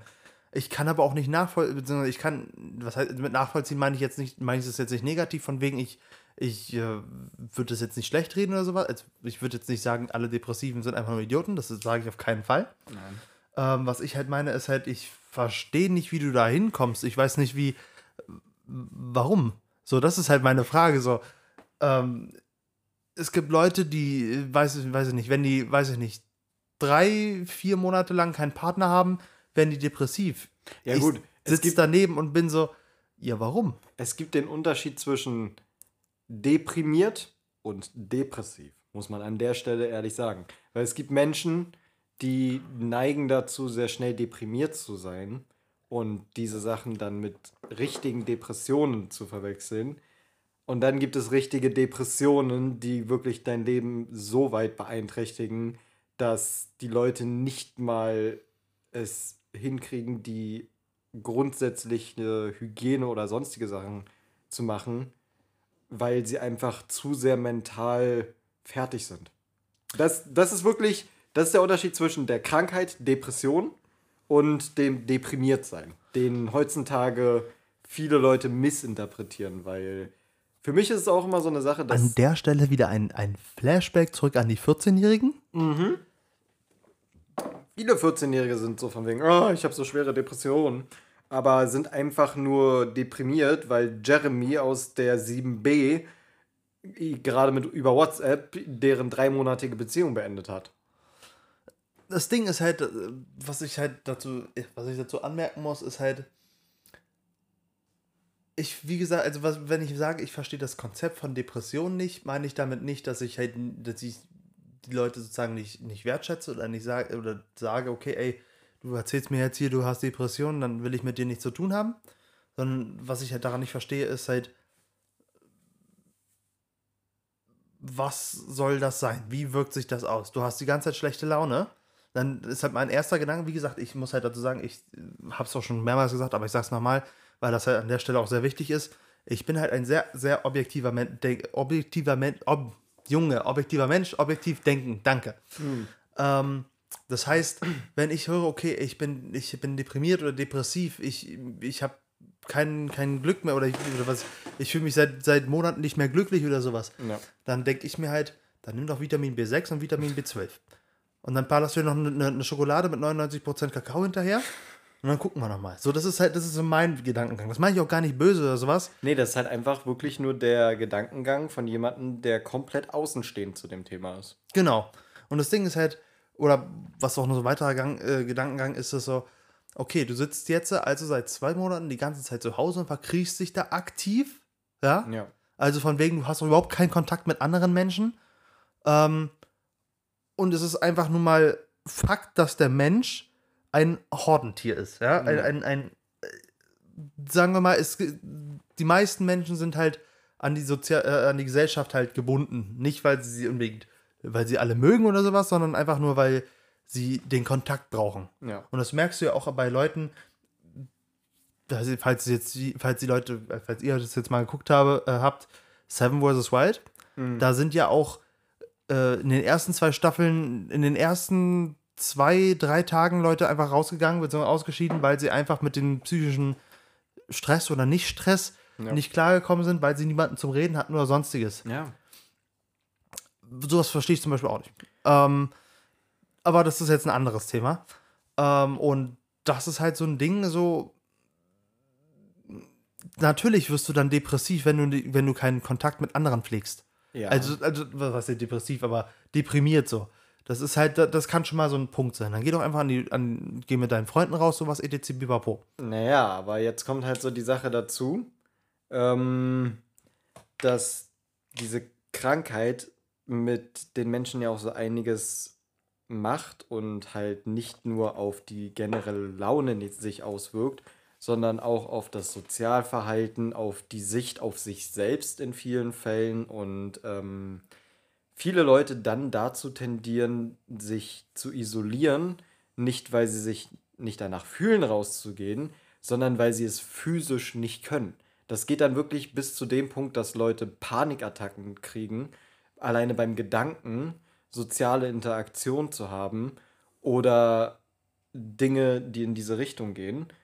Ich kann aber auch nicht nachvollziehen, beziehungsweise ich kann, was heißt, mit nachvollziehen meine ich jetzt nicht, meine ich das jetzt nicht negativ, von wegen, ich, ich äh, würde das jetzt nicht schlecht reden oder sowas. Also ich würde jetzt nicht sagen, alle Depressiven sind einfach nur Idioten, das sage ich auf keinen Fall. Nein. Ähm, was ich halt meine, ist halt, ich verstehe nicht, wie du da hinkommst. Ich weiß nicht, wie, warum. So, das ist halt meine Frage. So, ähm, es gibt Leute, die, weiß ich, weiß ich nicht, wenn die, weiß ich nicht, drei, vier Monate lang keinen Partner haben, werden die depressiv. Ja, ich gut, es sitze gibt- daneben und bin so, ja, warum? Es gibt den Unterschied zwischen deprimiert und depressiv, muss man an der Stelle ehrlich sagen. Weil es gibt Menschen, die neigen dazu, sehr schnell deprimiert zu sein und diese Sachen dann mit richtigen Depressionen zu verwechseln. Und dann gibt es richtige Depressionen, die wirklich dein Leben so weit beeinträchtigen, dass die Leute nicht mal es hinkriegen, die grundsätzliche Hygiene oder sonstige Sachen zu machen, weil sie einfach zu sehr mental fertig sind. Das, das ist wirklich, das ist der Unterschied zwischen der Krankheit, Depression und dem Deprimiertsein, den heutzutage viele Leute missinterpretieren, weil für mich ist es auch immer so eine Sache, dass An der Stelle wieder ein, ein Flashback zurück an die vierzehn-Jährigen. viele vierzehn-Jährige sind so von wegen, oh, ich habe so schwere Depressionen, aber sind einfach nur deprimiert, weil Jeremy aus der sieben b gerade mit über WhatsApp deren dreimonatige Beziehung beendet hat. Das Ding ist halt, äh, was ich halt dazu, was ich dazu anmerken muss, ist halt, ich, wie gesagt, also was, wenn ich sage, ich verstehe das Konzept von Depression nicht, meine ich damit nicht, dass ich halt, dass ich die Leute sozusagen nicht, nicht wertschätze oder nicht sage, oder sage, okay, ey, du erzählst mir jetzt hier, du hast Depressionen, dann will ich mit dir nichts zu tun haben. Sondern was ich halt daran nicht verstehe, ist halt, was soll das sein? Wie wirkt sich das aus? Du hast die ganze Zeit schlechte Laune. Dann ist halt mein erster Gedanke, wie gesagt, ich muss halt dazu sagen, ich habe es auch schon mehrmals gesagt, aber ich sage es nochmal, weil das halt an der Stelle auch sehr wichtig ist. Ich bin halt ein sehr, sehr objektiver Mensch, objektiver Mensch, ob, Junge, objektiver Mensch, objektiv denken, danke. Ähm, das heißt, wenn ich höre, okay, ich bin, ich bin deprimiert oder depressiv, ich, ich habe kein, kein Glück mehr oder ich, oder was, ich fühle mich seit, seit Monaten nicht mehr glücklich oder sowas, Ja. dann denke ich mir halt, dann nimm doch Vitamin B sechs und Vitamin B zwölf. Und dann ballerst du dir noch eine, eine Schokolade mit neunundneunzig Prozent Kakao hinterher und dann gucken wir nochmal. So, das ist halt, das ist so mein Gedankengang. Das meine ich auch gar nicht böse oder sowas. Nee, das ist halt einfach wirklich nur der Gedankengang von jemandem, der komplett außenstehend zu dem Thema ist. Genau. Und das Ding ist halt, oder was auch noch so ein weiterer Gang, äh, Gedankengang ist, ist so, okay, du sitzt jetzt also seit zwei Monaten die ganze Zeit zu Hause und verkriechst dich da aktiv, ja? Ja. Also von wegen, du hast überhaupt keinen Kontakt mit anderen Menschen. Ähm, und es ist einfach nun mal Fakt, dass der Mensch ein Hordentier ist, ja? Ein, Ja. ein, ein äh, sagen wir mal, es, die meisten Menschen sind halt an die, Sozial äh, an die Gesellschaft halt gebunden. Nicht, weil sie sie unbedingt, weil sie alle mögen oder sowas, sondern einfach nur, weil sie den Kontakt brauchen. Ja. Und das merkst du ja auch bei Leuten, also falls jetzt die- falls die Leute, äh, falls ihr das jetzt mal geguckt habe, äh, habt, Seven versus. Wild, da sind ja auch äh, in den ersten zwei Staffeln, in den ersten zwei, drei Tagen Leute einfach rausgegangen, beziehungsweise ausgeschieden, weil sie einfach mit dem psychischen Stress oder Nicht-Stress Ja. nicht klargekommen sind, weil sie niemanden zum Reden hatten oder sonstiges. Ja. Sowas verstehe ich zum Beispiel auch nicht. Ähm, aber das ist jetzt ein anderes Thema. Ähm, und das ist halt so ein Ding, so natürlich wirst du dann depressiv, wenn du, wenn du keinen Kontakt mit anderen pflegst. Ja. Also, also, was ist depressiv, aber deprimiert so. Das ist halt, das kann schon mal so ein Punkt sein. Dann geh doch einfach an die, an, geh mit deinen Freunden raus, sowas, et cetera pipapo. Naja, aber jetzt kommt halt so die Sache dazu, ähm, dass diese Krankheit mit den Menschen ja auch so einiges macht und halt nicht nur auf die generelle Laune nicht sich auswirkt, sondern auch auf das Sozialverhalten, auf die Sicht auf sich selbst in vielen Fällen und ähm, viele Leute dann dazu tendieren, sich zu isolieren, nicht weil sie sich nicht danach fühlen, rauszugehen, sondern weil sie es physisch nicht können. Das geht dann wirklich bis zu dem Punkt, dass Leute Panikattacken kriegen, alleine beim Gedanken, soziale Interaktion zu haben oder Dinge, die in diese Richtung gehen.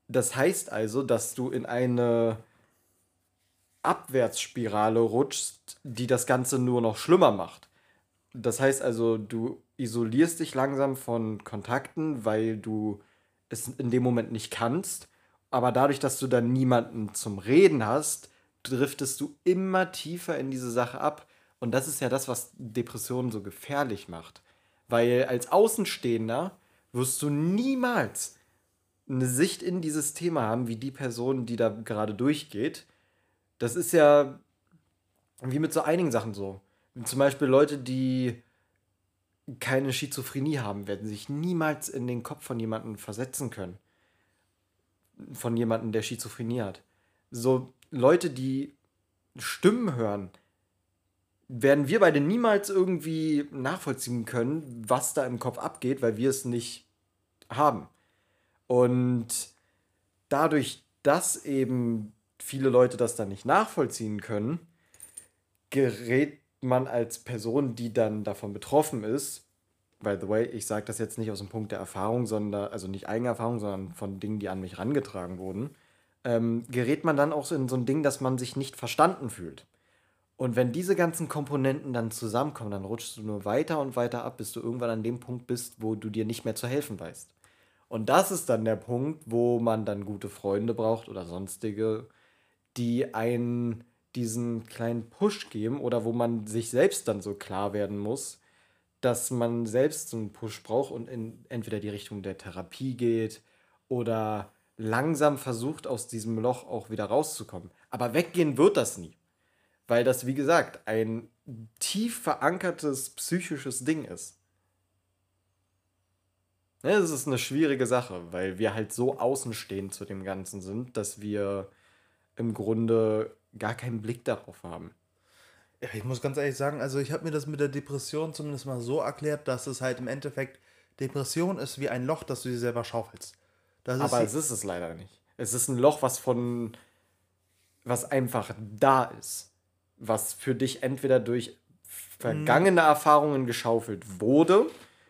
Das heißt also, dass du in eine Abwärtsspirale rutschst, die das Ganze nur noch schlimmer macht. Das heißt also, du isolierst dich langsam von Kontakten, weil du es in dem Moment nicht kannst. Aber dadurch, dass du dann niemanden zum Reden hast, driftest du immer tiefer in diese Sache ab. Und das ist ja das, was Depressionen so gefährlich macht. Weil als Außenstehender wirst du niemals eine Sicht in dieses Thema haben, wie die Person, die da gerade durchgeht. Das ist ja wie mit so einigen Sachen so. Zum Beispiel Leute, die keine Schizophrenie haben, werden sich niemals in den Kopf von jemandem versetzen können. Von jemandem, der Schizophrenie hat. So Leute, die Stimmen hören, werden wir beide niemals irgendwie nachvollziehen können, was da im Kopf abgeht, weil wir es nicht haben. Und dadurch, dass eben viele Leute das dann nicht nachvollziehen können, gerät man als Person, die dann davon betroffen ist, by the way, ich sage das jetzt nicht aus dem Punkt der Erfahrung, sondern, also nicht Eigenerfahrung, sondern von Dingen, die an mich rangetragen wurden, ähm, gerät man dann auch so in so ein Ding, dass man sich nicht verstanden fühlt. Und wenn diese ganzen Komponenten dann zusammenkommen, dann rutschst du nur weiter und weiter ab, bis du irgendwann an dem Punkt bist, wo du dir nicht mehr zu helfen weißt. Und das ist dann der Punkt, wo man dann gute Freunde braucht oder sonstige, die einen diesen kleinen Push geben oder wo man sich selbst dann so klar werden muss, dass man selbst so einen Push braucht und in entweder die Richtung der Therapie geht oder langsam versucht, aus diesem Loch auch wieder rauszukommen. Aber weggehen wird das nie. Weil das, wie gesagt, ein tief verankertes psychisches Ding ist. Ja, das ist eine schwierige Sache, weil wir halt so außenstehend zu dem Ganzen sind, dass wir im Grunde gar keinen Blick darauf haben. Ja, ich muss ganz ehrlich sagen, also ich habe mir das mit der Depression zumindest mal so erklärt, dass es halt im Endeffekt, Depression ist wie ein Loch, das du dir selber schaufelst. Das Aber ist es ist es leider nicht. Es ist ein Loch, was von, was einfach da ist. Was für dich entweder durch vergangene Erfahrungen geschaufelt wurde.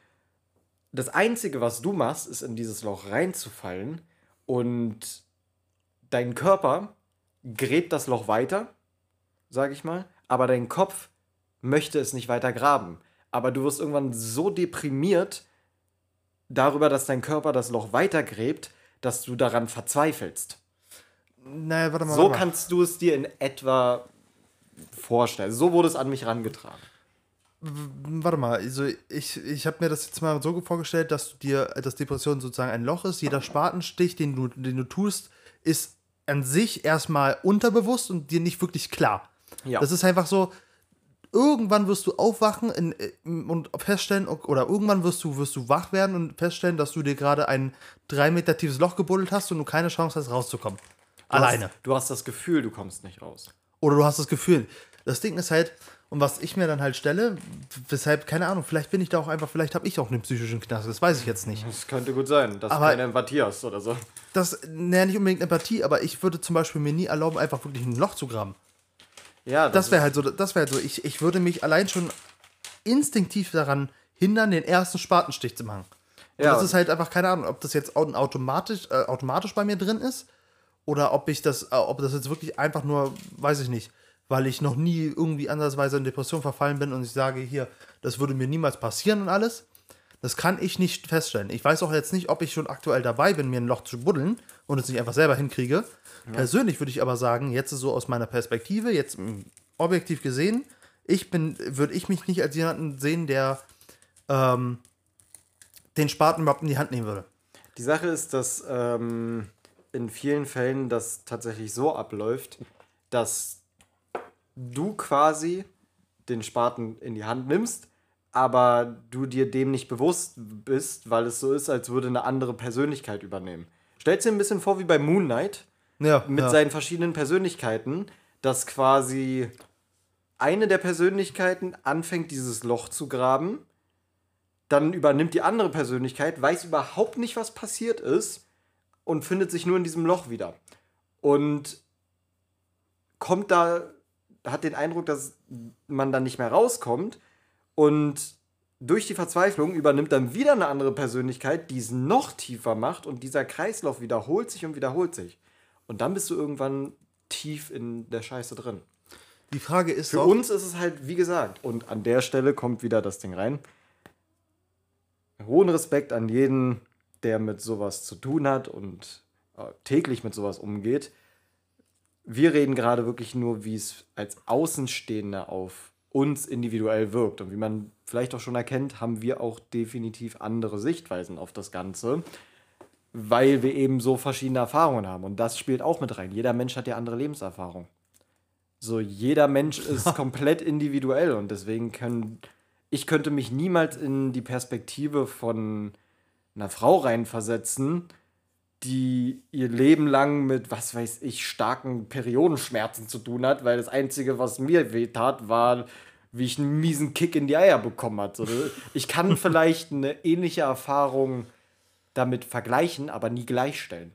Das Einzige, was du machst, ist in dieses Loch reinzufallen und dein Körper gräbt das Loch weiter, sag ich mal, aber dein Kopf möchte es nicht weiter graben. Aber du wirst irgendwann so deprimiert darüber, dass dein Körper das Loch weitergräbt, dass du daran verzweifelst. naja, warte mal. So warte mal. kannst du es dir in etwa vorstellen. So wurde es an mich rangetragen. Warte mal, also ich, ich habe mir das jetzt mal so vorgestellt, dass du dir, dass Depression sozusagen ein Loch ist. Jeder Spatenstich, den du, den du tust, ist an sich erstmal unterbewusst und dir nicht wirklich klar. Ja. Das ist einfach so, irgendwann wirst du aufwachen in, in, und feststellen, oder irgendwann wirst du, wirst du wach werden und feststellen, dass du dir gerade ein drei Meter tiefes Loch gebuddelt hast und du keine Chance hast, rauszukommen. Du Alleine. Hast, du hast das Gefühl, du kommst nicht raus. Oder du hast das Gefühl. Das Ding ist halt, und was ich mir dann halt stelle, weshalb, keine Ahnung, vielleicht bin ich da auch einfach, vielleicht habe ich auch einen psychischen Knast, das weiß ich jetzt nicht. Das könnte gut sein, dass Aber- du keine Empathie hast oder so. Das, naja, nicht unbedingt Empathie, aber ich würde zum Beispiel mir nie erlauben, einfach wirklich ein Loch zu graben. Ja, Das ist- wäre halt so, das wäre halt so, ich, ich würde mich allein schon instinktiv daran hindern, den ersten Spatenstich zu machen. Und Ja. das ist halt einfach, keine Ahnung, ob das jetzt au- automatisch, äh, automatisch bei mir drin ist oder ob ich das, äh, ob das jetzt wirklich einfach nur, weiß ich nicht, weil ich noch nie irgendwie andersweise in Depression verfallen bin und ich sage, hier, das würde mir niemals passieren und alles. Das kann ich nicht feststellen. Ich weiß auch jetzt nicht, ob ich schon aktuell dabei bin, mir ein Loch zu buddeln und es nicht einfach selber hinkriege. Persönlich würde ich aber sagen, jetzt so aus meiner Perspektive, jetzt mm, objektiv gesehen, ich bin, würde ich mich nicht als jemanden sehen, der ähm, den Spaten überhaupt in die Hand nehmen würde. Die Sache ist, dass ähm, in vielen Fällen das tatsächlich so abläuft, dass du quasi den Spaten in die Hand nimmst, aber du dir dem nicht bewusst bist, weil es so ist, als würde eine andere Persönlichkeit übernehmen. Stellst dir ein bisschen vor wie bei Moon Knight Ja, mit ja. seinen verschiedenen Persönlichkeiten, dass quasi eine der Persönlichkeiten anfängt, dieses Loch zu graben, dann übernimmt die andere Persönlichkeit, weiß überhaupt nicht, was passiert ist und findet sich nur in diesem Loch wieder. Und kommt da, hat den Eindruck, dass man dann nicht mehr rauskommt und durch die Verzweiflung übernimmt dann wieder eine andere Persönlichkeit, die es noch tiefer macht und dieser Kreislauf wiederholt sich und wiederholt sich. Und dann bist du irgendwann tief in der Scheiße drin. Die Frage ist Für doch, uns ist es halt, wie gesagt, und an der Stelle kommt wieder das Ding rein. Hohen Respekt an jeden, der mit sowas zu tun hat und äh, täglich mit sowas umgeht. Wir reden gerade wirklich nur, wie es als Außenstehender auf uns individuell wirkt. Und wie man vielleicht auch schon erkennt, haben wir auch definitiv andere Sichtweisen auf das Ganze, weil wir eben so verschiedene Erfahrungen haben. Und das spielt auch mit rein. Jeder Mensch hat ja andere Lebenserfahrung. So, jeder Mensch ist komplett individuell und deswegen können, ich könnte mich niemals in die Perspektive von einer Frau reinversetzen, die ihr Leben lang mit, was weiß ich, starken Periodenschmerzen zu tun hat, weil das Einzige, was mir wehtat, war, wie ich einen miesen Kick in die Eier bekommen habe. Ich kann vielleicht eine ähnliche Erfahrung damit vergleichen, aber nie gleichstellen.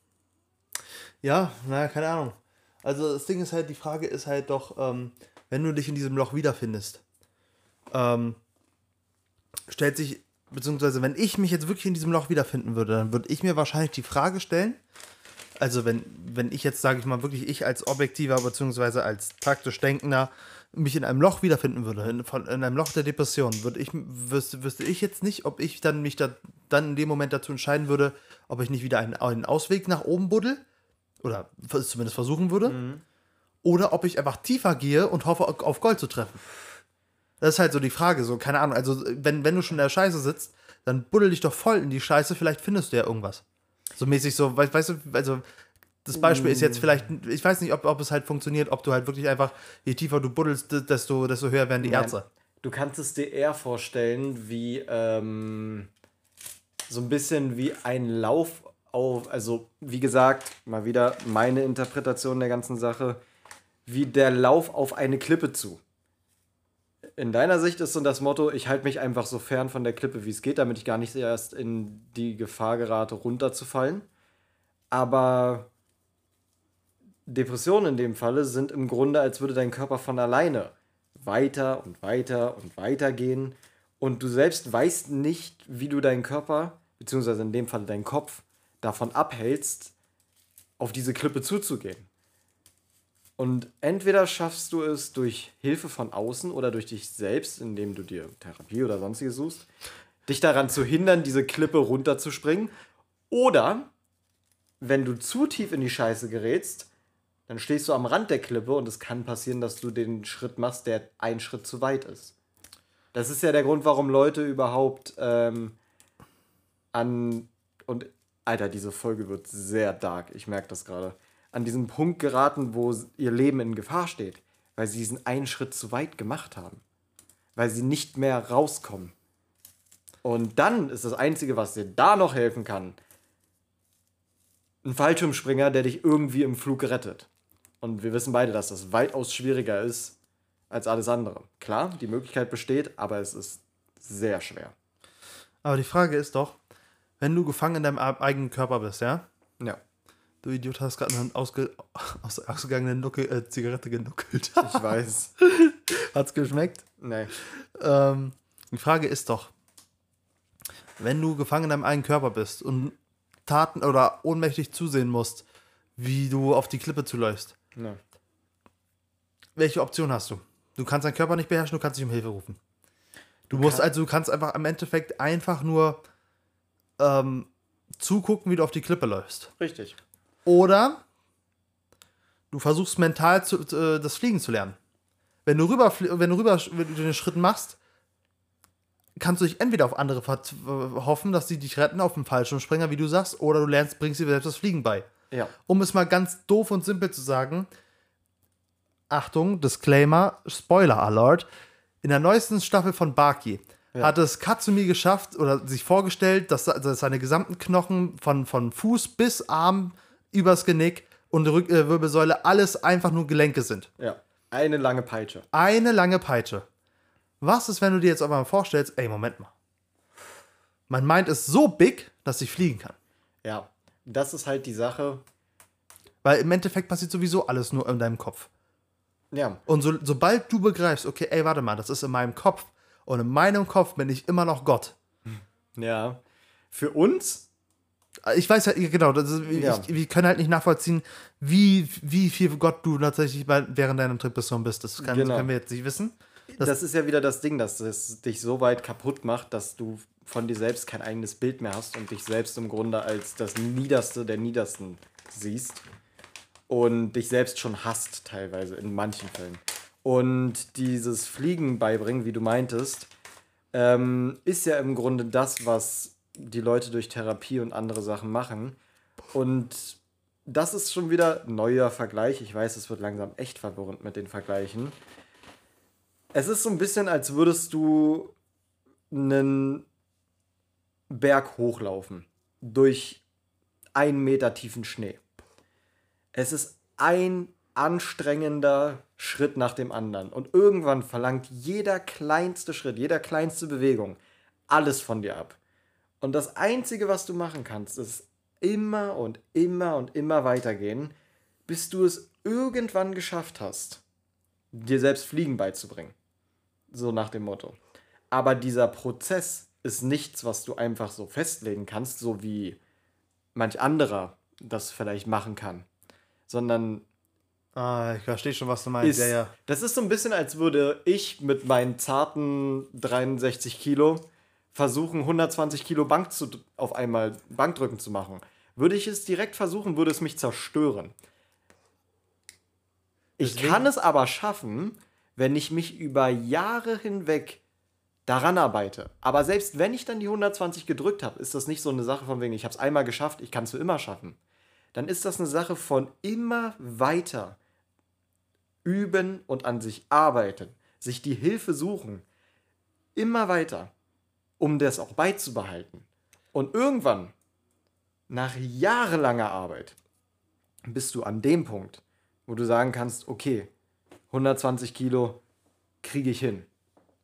Ja, naja, keine Ahnung. Also das Ding ist halt, die Frage ist halt doch, ähm, wenn du dich in diesem Loch wiederfindest, ähm, stellt sich, beziehungsweise wenn ich mich jetzt wirklich in diesem Loch wiederfinden würde, dann würde ich mir wahrscheinlich die Frage stellen, also wenn, wenn ich jetzt, sage ich mal, wirklich ich als Objektiver, beziehungsweise als taktisch Denkender mich in einem Loch wiederfinden würde, in, von, in einem Loch der Depression, würde ich, wüsste, wüsste ich jetzt nicht, ob ich dann mich da, dann in dem Moment dazu entscheiden würde, ob ich nicht wieder einen, einen Ausweg nach oben buddel, oder es zumindest versuchen würde, mhm. oder ob ich einfach tiefer gehe und hoffe, auf Gold zu treffen. Das ist halt so die Frage, so, keine Ahnung, also wenn, wenn du schon in der Scheiße sitzt, dann buddel dich doch voll in die Scheiße, vielleicht findest du ja irgendwas. So mäßig so, weißt, weißt du, also das Beispiel mm. ist jetzt vielleicht, ich weiß nicht, ob, ob es halt funktioniert, ob du halt wirklich einfach, je tiefer du buddelst, desto, desto höher werden die Nein. Erze. Du kannst es dir eher vorstellen, wie ähm, so ein bisschen wie ein Lauf auf, also wie gesagt, mal wieder meine Interpretation der ganzen Sache, wie der Lauf auf eine Klippe zu. In deiner Sicht ist so das Motto, ich halte mich einfach so fern von der Klippe, wie es geht, damit ich gar nicht erst in die Gefahr gerate, runterzufallen. Aber Depressionen in dem Falle sind im Grunde, als würde dein Körper von alleine weiter und weiter und weiter gehen. Und du selbst weißt nicht, wie du deinen Körper, beziehungsweise in dem Fall deinen Kopf, davon abhältst, auf diese Klippe zuzugehen. Und entweder schaffst du es durch Hilfe von außen oder durch dich selbst, indem du dir Therapie oder sonstiges suchst, dich daran zu hindern, diese Klippe runterzuspringen. Oder, wenn du zu tief in die Scheiße gerätst, dann stehst du am Rand der Klippe und es kann passieren, dass du den Schritt machst, der ein Schritt zu weit ist. Das ist ja der Grund, warum Leute überhaupt ähm, an... Und, Alter, diese Folge wird sehr dark, ich merke das gerade. An diesen Punkt geraten, wo ihr Leben in Gefahr steht, weil sie diesen einen Schritt zu weit gemacht haben. Weil sie nicht mehr rauskommen. Und dann ist das Einzige, was dir da noch helfen kann, ein Fallschirmspringer, der dich irgendwie im Flug rettet. Und wir wissen beide, dass das weitaus schwieriger ist als alles andere. Klar, die Möglichkeit besteht, aber es ist sehr schwer. Aber die Frage ist doch, wenn du gefangen in deinem eigenen Körper bist, ja? Ja. Du Idiot, hast gerade eine ausge, aus, ausgegangene Nuckel, äh, Zigarette genuckelt. Ich weiß. Hat's geschmeckt? Nee. Ähm, die Frage ist doch, wenn du gefangen in deinem eigenen Körper bist und Taten oder ohnmächtig zusehen musst, wie du auf die Klippe zuläufst, ja. welche Option hast du? Du kannst deinen Körper nicht beherrschen, du kannst dich um Hilfe rufen. Du, du musst kann also, du kannst einfach im Endeffekt einfach nur ähm, zugucken, wie du auf die Klippe läufst. Richtig. Oder du versuchst mental zu, äh, das Fliegen zu lernen. Wenn du rüber, wenn du rüber wenn du den Schritt machst, kannst du dich entweder auf andere hoffen, dass sie dich retten auf dem Fallschirmspringer, wie du sagst, oder du lernst, bringst dir selbst das Fliegen bei. Ja. Um es mal ganz doof und simpel zu sagen, Achtung, Disclaimer, Spoiler Alert, in der neuesten Staffel von Baki ja. hat es Katsumi geschafft oder sich vorgestellt, dass, dass seine gesamten Knochen von, von Fuß bis Arm übers Genick und Rück- äh, Wirbelsäule alles einfach nur Gelenke sind. Ja, eine lange Peitsche. Eine lange Peitsche. Was ist, wenn du dir jetzt aber mal vorstellst, ey, Moment mal. Mein Mind ist so big, dass ich fliegen kann. Ja, das ist halt die Sache. Weil im Endeffekt passiert sowieso alles nur in deinem Kopf. Ja. Und so, sobald du begreifst, okay, ey, warte mal, das ist in meinem Kopf Und in meinem Kopf bin ich immer noch Gott. Ja. Für uns? Ich weiß halt, genau, das ist, Ja. ich, wir können halt nicht nachvollziehen, wie, wie viel Gott du tatsächlich bei, während deiner Depression bist. Das kann, Genau. können wir jetzt nicht wissen. Das, Das, ist ja wieder das Ding, dass es dich so weit kaputt macht, dass du von dir selbst kein eigenes Bild mehr hast und dich selbst im Grunde als das Niederste der Niedersten siehst. Und dich selbst schon hasst, teilweise, in manchen Fällen. Und dieses Fliegen beibringen, wie du meintest, ähm, ist ja im Grunde das, was die Leute durch Therapie und andere Sachen machen. Und das ist schon wieder ein neuer Vergleich. Ich weiß, es wird langsam echt verwirrend mit den Vergleichen. Es ist so ein bisschen, als würdest du einen Berg hochlaufen durch einen Meter tiefen Schnee. Es ist ein anstrengender Schritt nach dem anderen. Und irgendwann verlangt jeder kleinste Schritt, jeder kleinste Bewegung alles von dir ab. Und das Einzige, was du machen kannst, ist immer und immer und immer weitergehen, bis du es irgendwann geschafft hast, dir selbst Fliegen beizubringen. So nach dem Motto. Aber dieser Prozess ist nichts, was du einfach so festlegen kannst, so wie manch anderer das vielleicht machen kann. Sondern ah, ich verstehe schon, was du meinst. ist, Ja, ja. das ist so ein bisschen, als würde ich mit meinen zarten dreiundsechzig Kilo versuchen, hundertzwanzig Kilo Bank zu, auf einmal Bankdrücken zu machen. Würde ich es direkt versuchen, würde es mich zerstören. Ich Deswegen- kann es aber schaffen, wenn ich mich über Jahre hinweg daran arbeite. Aber selbst wenn ich dann die hundertzwanzig gedrückt habe, ist das nicht so eine Sache von wegen, ich habe es einmal geschafft, ich kann es für immer schaffen. Dann ist das eine Sache von immer weiter üben und an sich arbeiten, sich die Hilfe suchen, immer weiter, um das auch beizubehalten. Und irgendwann, nach jahrelanger Arbeit, bist du an dem Punkt, wo du sagen kannst, okay, hundertzwanzig Kilo kriege ich hin.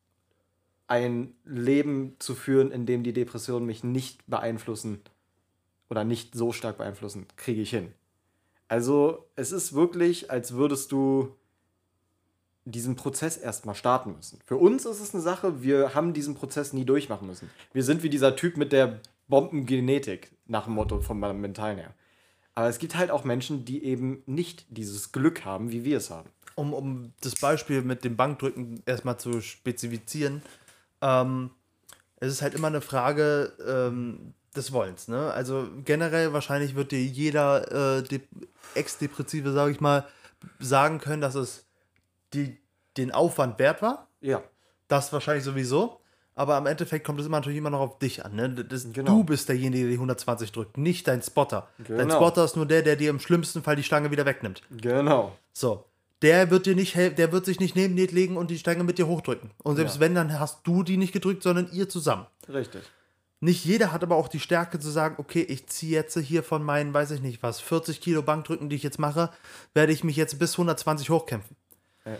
Ein Leben zu führen, in dem die Depressionen mich nicht beeinflussen oder nicht so stark beeinflussen, kriege ich hin. Also es ist wirklich, als würdest du diesen Prozess erstmal starten müssen. Für uns ist es eine Sache, wir haben diesen Prozess nie durchmachen müssen. Wir sind wie dieser Typ mit der Bombengenetik, nach dem Motto vom Mentalen her. Aber es gibt halt auch Menschen, die eben nicht dieses Glück haben, wie wir es haben. Um, um das Beispiel mit dem Bankdrücken erstmal zu spezifizieren, ähm, es ist halt immer eine Frage ähm, des Wollens. Ne? Also generell wahrscheinlich wird dir jeder äh, De- Ex-Depressive, sage ich mal, sagen können, dass es die, den Aufwand wert war. Ja. Das wahrscheinlich sowieso. Aber am Endeffekt kommt es immer natürlich immer noch auf dich an. Ne? Das, Genau. Du bist derjenige, der die hundertzwanzig drückt, nicht dein Spotter. Dein Genau. Spotter ist nur der, der dir im schlimmsten Fall die Stange wieder wegnimmt. Genau. So. Der wird dir nicht hel- der wird sich nicht neben dir legen und die Stange mit dir hochdrücken. Und selbst Ja. wenn, dann hast du die nicht gedrückt, sondern ihr zusammen. Richtig. Nicht jeder hat aber auch die Stärke zu sagen, okay, ich ziehe jetzt hier von meinen, weiß ich nicht was, vierzig Kilo Bankdrücken, die ich jetzt mache, werde ich mich jetzt bis hundertzwanzig hochkämpfen. Ja.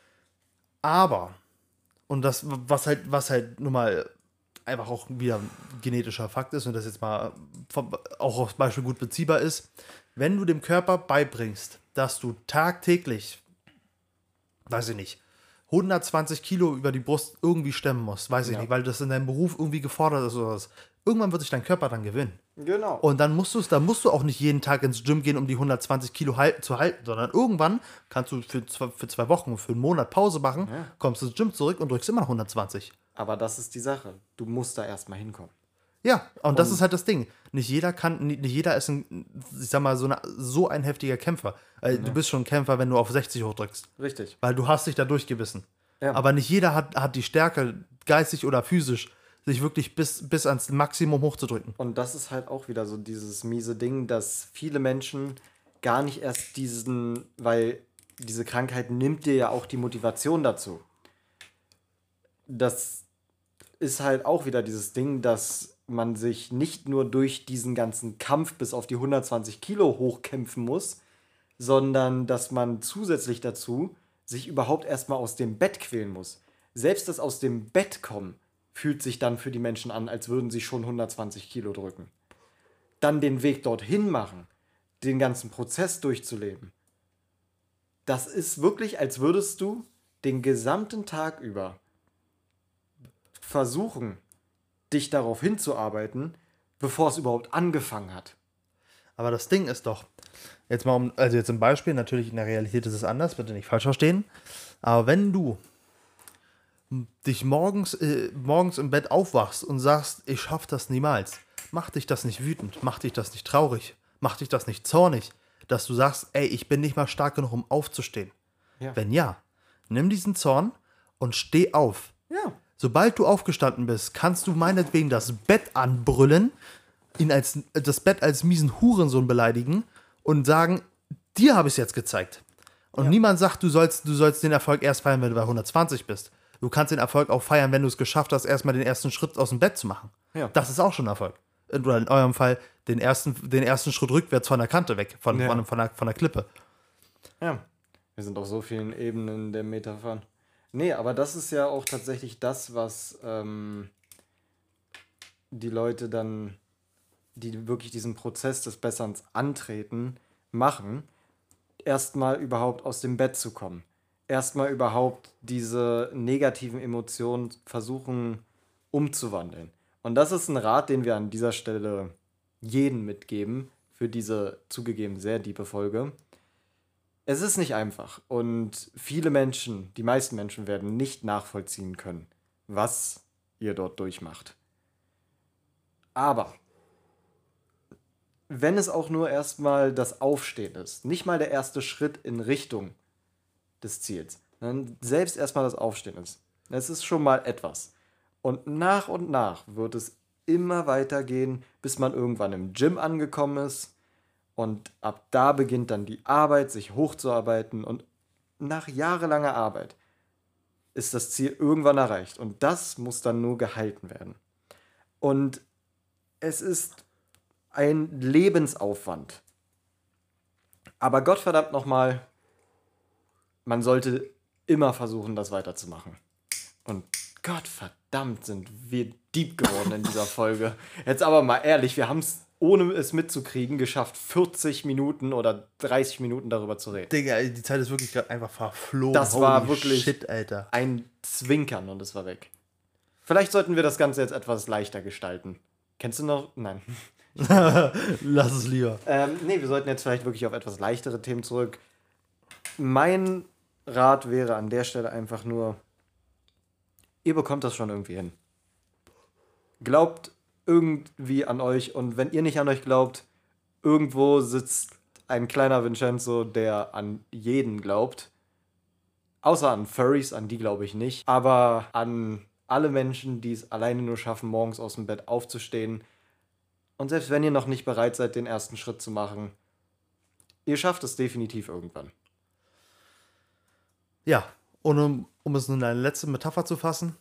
Aber, und das, was halt, was halt nun mal einfach auch wieder ein genetischer Fakt ist und das jetzt mal vom, auch aufs Beispiel gut beziehbar ist, wenn du dem Körper beibringst, dass du tagtäglich, weiß ich nicht, hundertzwanzig Kilo über die Brust irgendwie stemmen musst, weiß ich Ja. nicht, weil das in deinem Beruf irgendwie gefordert ist oder was. Irgendwann wird sich dein Körper dann gewinnen. Genau. Und dann musst du es, dann musst du auch nicht jeden Tag ins Gym gehen, um die hundertzwanzig Kilo halten, zu halten, sondern irgendwann kannst du für zwei, für zwei Wochen, für einen Monat Pause machen, Ja. kommst ins Gym zurück und drückst immer noch hundertzwanzig. Aber das ist die Sache. Du musst da erstmal hinkommen. Ja, und das Und- ist halt das Ding. Nicht jeder kann, nicht jeder ist ein, ich sag mal, so, eine, so ein heftiger Kämpfer. Äh, Du bist schon ein Kämpfer, wenn du auf sechzig hochdrückst. Richtig. Weil du hast dich da durchgebissen. Ja. Aber nicht jeder hat, hat die Stärke, geistig oder physisch, sich wirklich bis, bis ans Maximum hochzudrücken. Und das ist halt auch wieder so dieses miese Ding, dass viele Menschen gar nicht erst diesen, weil diese Krankheit nimmt dir ja auch die Motivation dazu. Das ist halt auch wieder dieses Ding, dass man sich nicht nur durch diesen ganzen Kampf bis auf die hundertzwanzig Kilo hochkämpfen muss, sondern dass man zusätzlich dazu sich überhaupt erstmal aus dem Bett quälen muss. Selbst das aus dem Bett kommen fühlt sich dann für die Menschen an, als würden sie schon hundertzwanzig Kilo drücken. Dann den Weg dorthin machen, den ganzen Prozess durchzuleben. Das ist wirklich, als würdest du den gesamten Tag über versuchen, dich darauf hinzuarbeiten, bevor es überhaupt angefangen hat. Aber das Ding ist doch, jetzt mal um, also jetzt im Beispiel, natürlich in der Realität ist es anders, bitte nicht falsch verstehen, aber wenn du dich morgens, äh, morgens im Bett aufwachst und sagst, ich schaff das niemals, macht dich das nicht wütend, macht dich das nicht traurig, macht dich das nicht zornig, dass du sagst, ey, ich bin nicht mal stark genug, um aufzustehen. Ja. Wenn ja, nimm diesen Zorn und steh auf. Ja. Sobald du aufgestanden bist, kannst du meinetwegen das Bett anbrüllen, ihn als, das Bett als miesen Hurensohn beleidigen und sagen, dir habe ich es jetzt gezeigt. Und Ja. niemand sagt, du sollst, du sollst den Erfolg erst feiern, wenn du bei hundertzwanzig bist. Du kannst den Erfolg auch feiern, wenn du es geschafft hast, erstmal den ersten Schritt aus dem Bett zu machen. Ja. Das ist auch schon Erfolg. Oder in eurem Fall den ersten, den ersten Schritt rückwärts von der Kante weg, von, Ja. von, von, der, von der Klippe. Ja. Wir sind auf so vielen Ebenen der Metaphern. Nee, aber das ist ja auch tatsächlich das, was ähm, die Leute dann, die wirklich diesen Prozess des Besserns antreten, machen, erstmal überhaupt aus dem Bett zu kommen. Erstmal überhaupt diese negativen Emotionen versuchen umzuwandeln. Und das ist ein Rat, den wir an dieser Stelle jeden mitgeben, für diese zugegeben sehr tiefe Folge. Es ist nicht einfach und viele Menschen, die meisten Menschen werden nicht nachvollziehen können, was ihr dort durchmacht. Aber wenn es auch nur erstmal das Aufstehen ist, nicht mal der erste Schritt in Richtung des Ziels, sondern selbst erstmal das Aufstehen ist, es ist schon mal etwas. Und nach und nach wird es immer weitergehen, bis man irgendwann im Gym angekommen ist. Und ab da beginnt dann die Arbeit, sich hochzuarbeiten. Und nach jahrelanger Arbeit ist das Ziel irgendwann erreicht. Und das muss dann nur gehalten werden. Und es ist ein Lebensaufwand. Aber Gottverdammt nochmal, man sollte immer versuchen, das weiterzumachen. Und Gottverdammt sind wir deep geworden in dieser Folge. Jetzt aber mal ehrlich, wir haben es, ohne es mitzukriegen, geschafft, vierzig Minuten oder dreißig Minuten darüber zu reden. Digga, die Zeit ist wirklich gerade einfach verflogen. Das war Holy wirklich Shit, Alter. ein Zwinkern und es war weg. Vielleicht sollten wir das Ganze jetzt etwas leichter gestalten. Kennst du noch? Nein. Lass es lieber. Ähm, nee, wir sollten jetzt vielleicht wirklich auf etwas leichtere Themen zurück. Mein Rat wäre an der Stelle einfach nur, ihr bekommt das schon irgendwie hin. Glaubt irgendwie an euch und wenn ihr nicht an euch glaubt, irgendwo sitzt ein kleiner Vincenzo, der an jeden glaubt. Außer an Furries, an die glaube ich nicht. Aber an alle Menschen, die es alleine nur schaffen, morgens aus dem Bett aufzustehen. Und selbst wenn ihr noch nicht bereit seid, den ersten Schritt zu machen, ihr schafft es definitiv irgendwann. Ja, und um, um es nun in eine letzte Metapher zu fassen,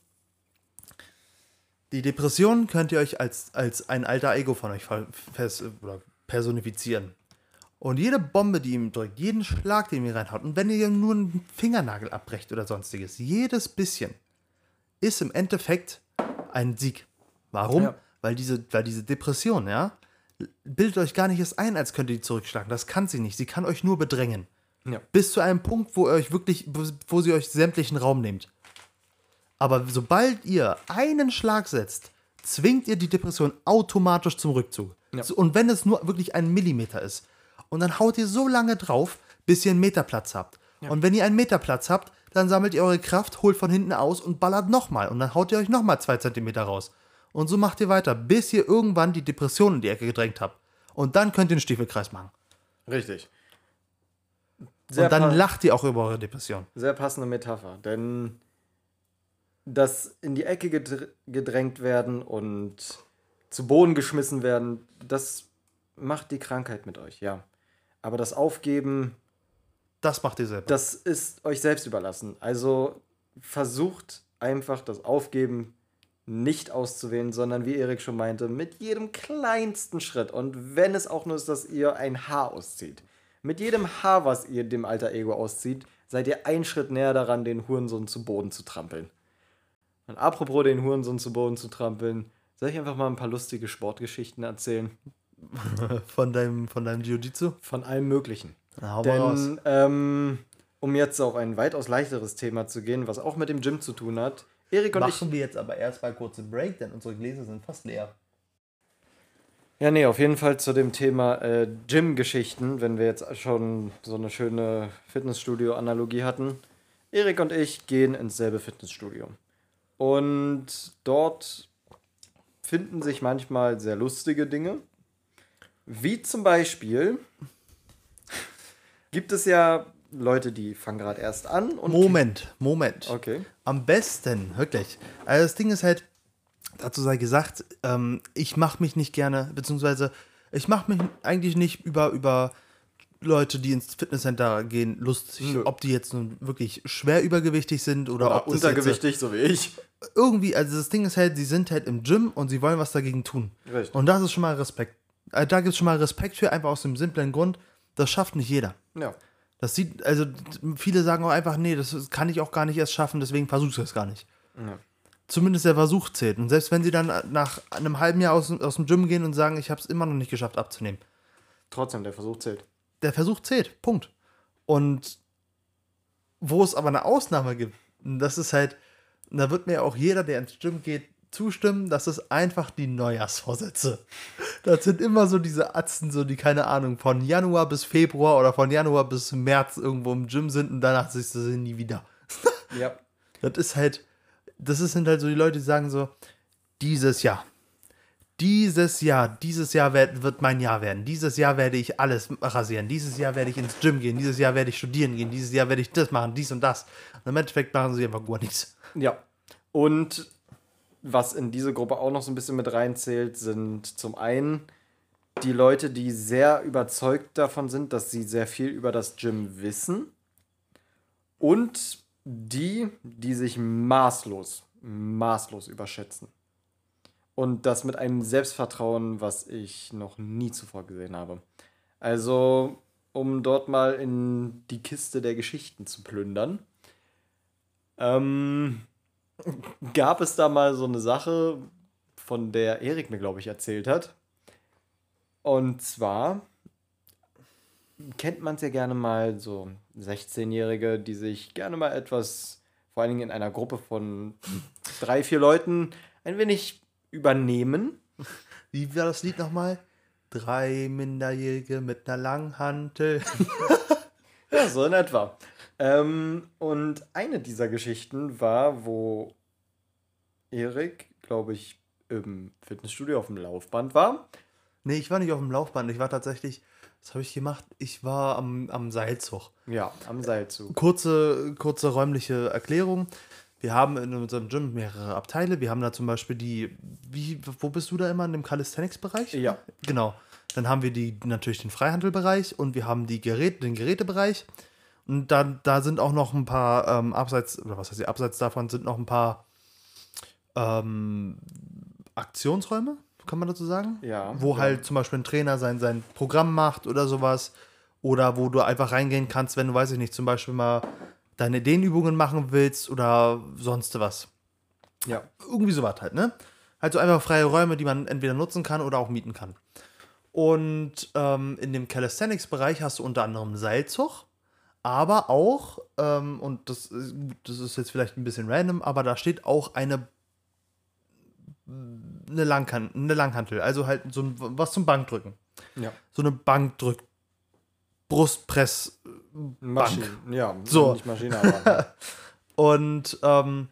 die Depression könnt ihr euch als, als ein alter Ego von euch fest, oder personifizieren. Und jede Bombe, die ihm drückt, jeden Schlag, den ihr reinhaut, und wenn ihr nur einen Fingernagel abbrecht oder sonstiges, jedes bisschen ist im Endeffekt ein Sieg. Warum? Ja. Weil diese, weil diese Depression, ja, bildet euch gar nicht erst ein, als könnt ihr die zurückschlagen. Das kann sie nicht. Sie kann euch nur bedrängen. Ja. Bis zu einem Punkt, wo ihr euch wirklich, wo sie euch sämtlichen Raum nimmt. Aber sobald ihr einen Schlag setzt, zwingt ihr die Depression automatisch zum Rückzug. Ja. So, und wenn es nur wirklich ein Millimeter ist. Und dann haut ihr so lange drauf, bis ihr einen Meter Platz habt. Ja. Und wenn ihr einen Meter Platz habt, dann sammelt ihr eure Kraft, holt von hinten aus und ballert nochmal. Und dann haut ihr euch nochmal zwei Zentimeter raus. Und so macht ihr weiter, bis ihr irgendwann die Depression in die Ecke gedrängt habt. Und dann könnt ihr den Stiefelkreis machen. Richtig. Sehr und dann pa- lacht ihr auch über eure Depression. Sehr passende Metapher, denn das in die Ecke gedr- gedrängt werden und zu Boden geschmissen werden, das macht die Krankheit mit euch, ja. Aber das Aufgeben, Das macht ihr selber. das ist euch selbst überlassen. Also versucht einfach das Aufgeben nicht auszuwählen, sondern wie Erik schon meinte, mit jedem kleinsten Schritt. Und wenn es auch nur ist, dass ihr ein Haar auszieht. Mit jedem Haar, was ihr dem alter Ego auszieht, seid ihr einen Schritt näher daran, den Hurensohn zu Boden zu trampeln. Und apropos den Hurensohn zu Boden zu trampeln, soll ich einfach mal ein paar lustige Sportgeschichten erzählen? Von deinem, von deinem Jiu-Jitsu? Von allem Möglichen. Na, hau mal raus. Denn, ähm, um jetzt auf ein weitaus leichteres Thema zu gehen, was auch mit dem Gym zu tun hat, Erik und Machen ich... wir jetzt aber erstmal kurz einen Break, denn unsere Gläser sind fast leer. Ja, nee, auf jeden Fall zu dem Thema äh, Gym-Geschichten, wenn wir jetzt schon so eine schöne Fitnessstudio-Analogie hatten. Erik und ich gehen ins selbe Fitnessstudio. Und dort finden sich manchmal sehr lustige Dinge. Wie zum Beispiel gibt es ja Leute, die fangen gerade erst an. Und Moment, Moment. Okay. Am besten, wirklich. Also das Ding ist halt, dazu sei gesagt, ähm, ich mache mich nicht gerne, beziehungsweise ich mache mich eigentlich nicht über, über Leute, die ins Fitnesscenter gehen, lustig. Nö. Ob die jetzt nun wirklich schwer übergewichtig sind oder, Oder ob das untergewichtig, so wie ich. Jetzt, irgendwie, also das Ding ist halt, sie sind halt im Gym und sie wollen was dagegen tun. Richtig. Und das ist schon mal Respekt. Also da gibt es schon mal Respekt für, einfach aus dem simplen Grund, das schafft nicht jeder. Ja. Das sieht, also viele sagen auch einfach, nee, das kann ich auch gar nicht erst schaffen, deswegen versuche ich es gar nicht. Ja. Zumindest der Versuch zählt. Und selbst wenn sie dann nach einem halben Jahr aus, aus dem Gym gehen und sagen, ich habe es immer noch nicht geschafft abzunehmen. Trotzdem, der Versuch zählt. Der Versuch zählt. Punkt. Und wo es aber eine Ausnahme gibt, und das ist halt, und da wird mir auch jeder, der ins Gym geht, zustimmen, das ist einfach die Neujahrsvorsätze. Das sind immer so diese Atzen, so die, keine Ahnung, von Januar bis Februar oder von Januar bis März irgendwo im Gym sind und danach siehst du sie nie wieder. Ja. Das ist halt, das sind halt so die Leute, die sagen so, dieses Jahr, dieses Jahr, dieses Jahr wird, wird mein Jahr werden. Dieses Jahr werde ich alles rasieren. Dieses Jahr werde ich ins Gym gehen. Dieses Jahr werde ich studieren gehen. Dieses Jahr werde ich das machen, dies und das. Und im Endeffekt machen sie einfach gar nichts. Ja. Und was in diese Gruppe auch noch so ein bisschen mit reinzählt, sind zum einen die Leute, die sehr überzeugt davon sind, dass sie sehr viel über das Gym wissen. Und die, die sich maßlos, maßlos überschätzen. Und das mit einem Selbstvertrauen, was ich noch nie zuvor gesehen habe. Also, um dort mal in die Kiste der Geschichten zu plündern, ähm, gab es da mal so eine Sache, von der Erik mir, glaube ich, erzählt hat. Und zwar kennt man es ja gerne mal, so sechzehnjährige, die sich gerne mal etwas, vor allen Dingen in einer Gruppe von drei, vier Leuten, ein wenig übernehmen. Wie war das Lied nochmal? Drei Minderjährige mit einer Langhantel. Ja, so in etwa. Ähm, und eine dieser Geschichten war, wo Erik, glaube ich, im Fitnessstudio auf dem Laufband war. Nee, ich war nicht auf dem Laufband. Ich war tatsächlich, was habe ich gemacht? Ich war am, am Seilzug. Ja, am Seilzug. Kurze, kurze räumliche Erklärung. Wir haben in unserem Gym mehrere Abteile. Wir haben da zum Beispiel die, wie, wo bist du da immer, in dem Calisthenics-Bereich? Ja. Genau. Dann haben wir die natürlich den Freihandelbereich und wir haben die Gerät, den Gerätebereich. Und dann, da sind auch noch ein paar ähm, abseits, oder was heißt die, abseits davon sind noch ein paar ähm, Aktionsräume, kann man dazu sagen? Ja. Wo ja. halt zum Beispiel ein Trainer sein, sein Programm macht oder sowas. Oder wo du einfach reingehen kannst, wenn du, weiß ich nicht, zum Beispiel mal deine Dehnübungen machen willst oder sonst was. Ja. Irgendwie sowas halt, ne? Halt so einfach freie Räume, die man entweder nutzen kann oder auch mieten kann. Und ähm, in dem Calisthenics-Bereich hast du unter anderem Seilzug, aber auch, ähm, und das, ist- das ist jetzt vielleicht ein bisschen random, aber da steht auch eine, eine, Langhan eine Langhantel, also halt so ein, was zum Bankdrücken. Ja. So eine Bankdrück, Brustpress, Maschinen. Ja, So. nicht Maschine, aber. Und ähm,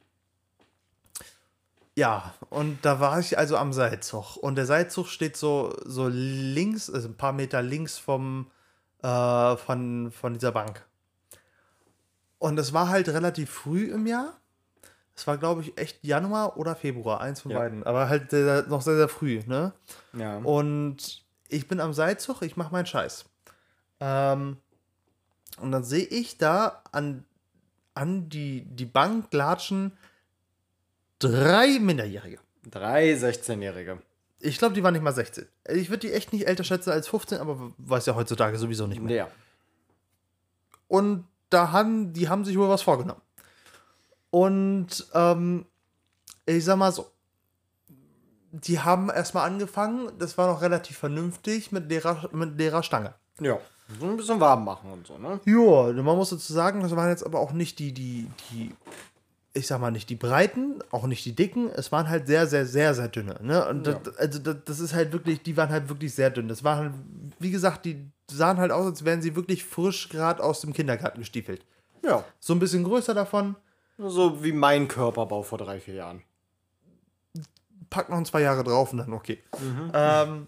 ja, und da war ich also am Seilzug. Und der Seilzug steht so, so links, also ein paar Meter links vom, äh, von, von dieser Bank. Und es war halt relativ früh im Jahr. Es war, glaube ich, echt Januar oder Februar, eins von Ja. beiden. Aber halt sehr, noch sehr, sehr früh, ne? Ja. Und ich bin am Seilzug, ich mache meinen Scheiß. Ähm, und dann sehe ich da an, an die, die Bank latschen drei Minderjährige. Drei sechzehnjährige. Ich glaube, die waren nicht mal sechzehn. Ich würde die echt nicht älter schätzen als fünfzehn, aber weiß ja heutzutage sowieso nicht mehr. Ja. Und da haben, die haben sich wohl was vorgenommen. Und ähm, ich sag mal so, die haben erstmal angefangen, das war noch relativ vernünftig, mit leerer, mit leerer Stange. Ja. So ein bisschen warm machen und so, ne? Ja, man muss dazu sagen, das waren jetzt aber auch nicht die, die, die, ich sag mal, nicht die Breiten, auch nicht die Dicken, es waren halt sehr, sehr, sehr, sehr dünne. Ne? Und Ja. das, also das, das ist halt wirklich, die waren halt wirklich sehr dünn. Das waren halt, wie gesagt, die sahen halt aus, als wären sie wirklich frisch gerade aus dem Kindergarten gestiefelt. Ja. So ein bisschen größer davon. So wie mein Körperbau vor drei, vier Jahren. Pack noch ein, zwei Jahre drauf und dann okay. Mhm. Ähm,